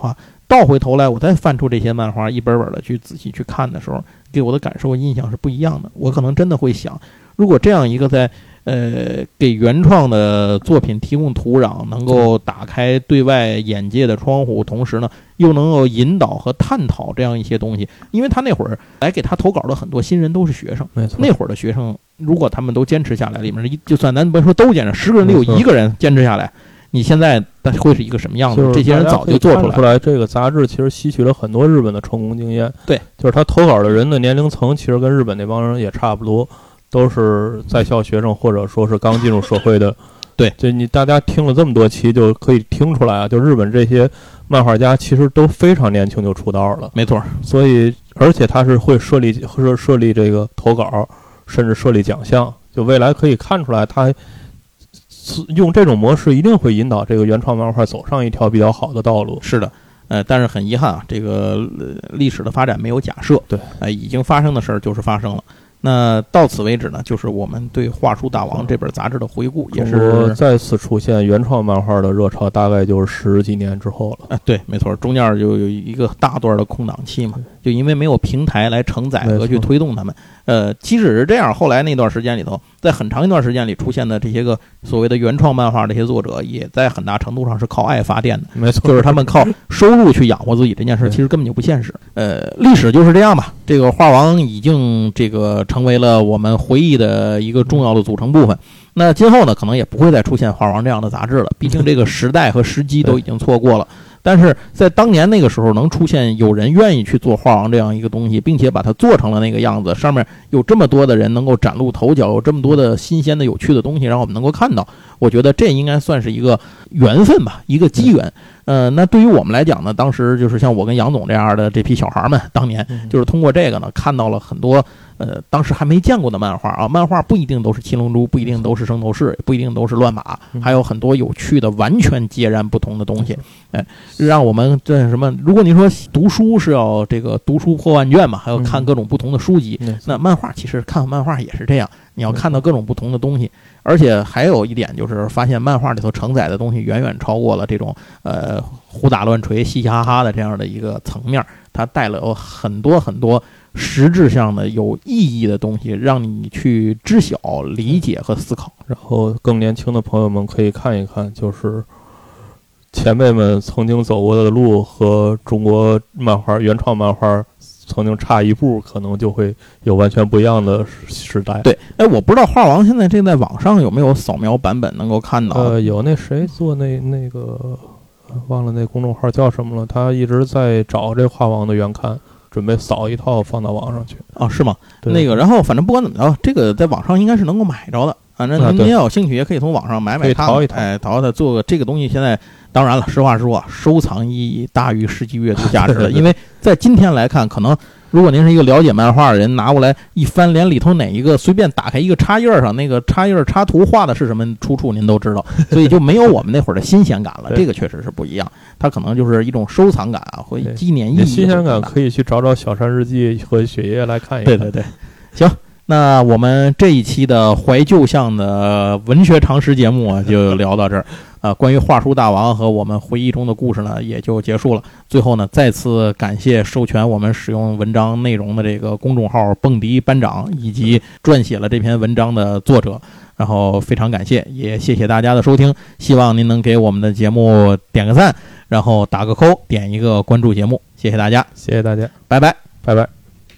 倒回头来我再翻出这些漫画一本本的去仔细去看的时候，给我的感受印象是不一样的。我可能真的会想，如果这样一个在呃给原创的作品提供土壤，能够打开对外眼界的窗户，同时呢又能够引导和探讨这样一些东西。因为他那会儿来给他投稿的很多新人都是学生， 没错， 那会儿的学生如果他们都坚持下来，里面就算咱别说都坚持，十个人里有一个人坚持下来，你现在会是一个什么样子？这些人早就做出来了。 出来这个杂志其实吸取了很多日本的成功经验。 对， 就是他投稿的人的年龄层其实跟日本那帮人也差不多，都是在校学生或者说是刚进入社会的。 对， 就你大家听了这么多期就可以听出来啊，就日本这些漫画家其实都非常年轻就出道了。 没错， 所以而且他是会设立设设立这个投稿，甚至设立奖项，就未来可以看出来他用这种模式一定会引导这个原创漫画走上一条比较好的道路。 是的，呃，但是很遗憾啊，这个、呃、历史的发展没有假设， 对， 呃，已经发生的事儿就是发生了。那到此为止呢，就是我们对《画书大王》这本杂志的回顾，也是再次出现原创漫画的热潮，大概就是十几年之后了。 啊，对，没错，中间就有一个大段的空档期嘛，就因为没有平台来承载和去推动他们。呃，即使是这样，后来那段时间里头，在很长一段时间里出现的这些个所谓的原创漫画这些作者，也在很大程度上是靠爱发电的。 没错， 就是他们靠收入去养活自己这件事，其实根本就不现实。呃，历史就是这样吧。这个画王已经这个成为了我们回忆的一个重要的组成部分。那今后呢，可能也不会再出现画王这样的杂志了，毕竟这个时代和时机都已经错过了。但是在当年那个时候，能出现有人愿意去做画王这样一个东西，并且把它做成了那个样子，上面有这么多的人能够崭露头角，有这么多的新鲜的有趣的东西让我们能够看到，我觉得这应该算是一个缘分吧，一个机缘。呃，那对于我们来讲呢，当时就是像我跟杨总这样的这批小孩们，当年就是通过这个呢，看到了很多呃当时还没见过的漫画啊。漫画不一定都是七龙珠，不一定都是圣斗士，不一定都是乱马，还有很多有趣的完全截然不同的东西。哎，让我们这什么？如果你说读书是要这个读书破万卷嘛，还要看各种不同的书籍，那漫画其实看漫画也是这样，你要看到各种不同的东西。而且还有一点就是发现漫画里头承载的东西远远超过了这种呃胡打乱锤嘻嘻哈哈的这样的一个层面，它带了很多很多实质上的有意义的东西，让你去知晓理解和思考。 然后更年轻的朋友们可以看一看，就是前辈们曾经走过的路和中国漫画原创漫画曾经差一步，可能就会有完全不一样的时代。 对，哎，我不知道画王现在这在网上有没有扫描版本能够看到？ 呃，有那谁做那那个忘了那公众号叫什么了，他一直在找这画王的原刊，准备扫一套放到网上去。 啊，是吗？那个，然后反正不管怎么着，这个在网上应该是能够买着的。反正您要有兴趣，也可以从网上买买它， 淘一淘， 哎，淘它做个这个东西。现在当然了，实话实说，收藏意义大于实际阅读价值的。因为在今天来看，可能如果您是一个了解漫画的人，拿过来一翻，连里头哪一个随便打开一个插页上，那个插页插图画的是什么出处您都知道，所以就没有我们那会儿的新鲜感了。这个确实是不一样，它可能就是一种收藏感啊，或纪念意义。 新鲜感可以去找找《小山日记》和《雪夜》来看一看。 对对对，行。那我们这一期的怀旧向的文学常识节目啊，就聊到这儿。啊，关于画书大王和我们回忆中的故事呢，也就结束了。最后呢，再次感谢授权我们使用文章内容的这个公众号蹦迪班长，以及撰写了这篇文章的作者。然后非常感谢，也谢谢大家的收听。希望您能给我们的节目点个赞，然后打个扣，点一个关注节目。谢谢大家， 谢谢大家， 拜拜， 拜拜。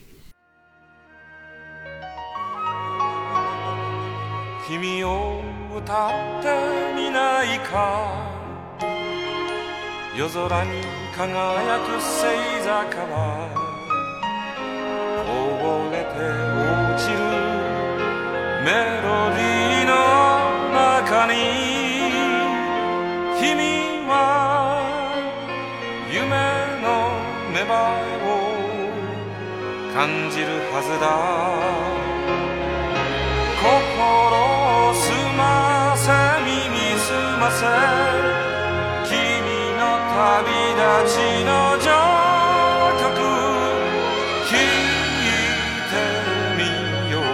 君を歌ってみないか、夜空に輝く星座からこぼれて落ちるメロディーの中に、君は夢の芽生えを感じるはずだ。心を澄ませ耳澄ませ、君の旅立ちの情曲聴いてみよう。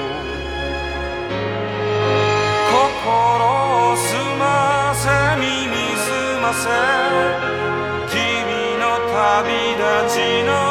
心を澄ませ耳澄ませ、君の旅旅立ちの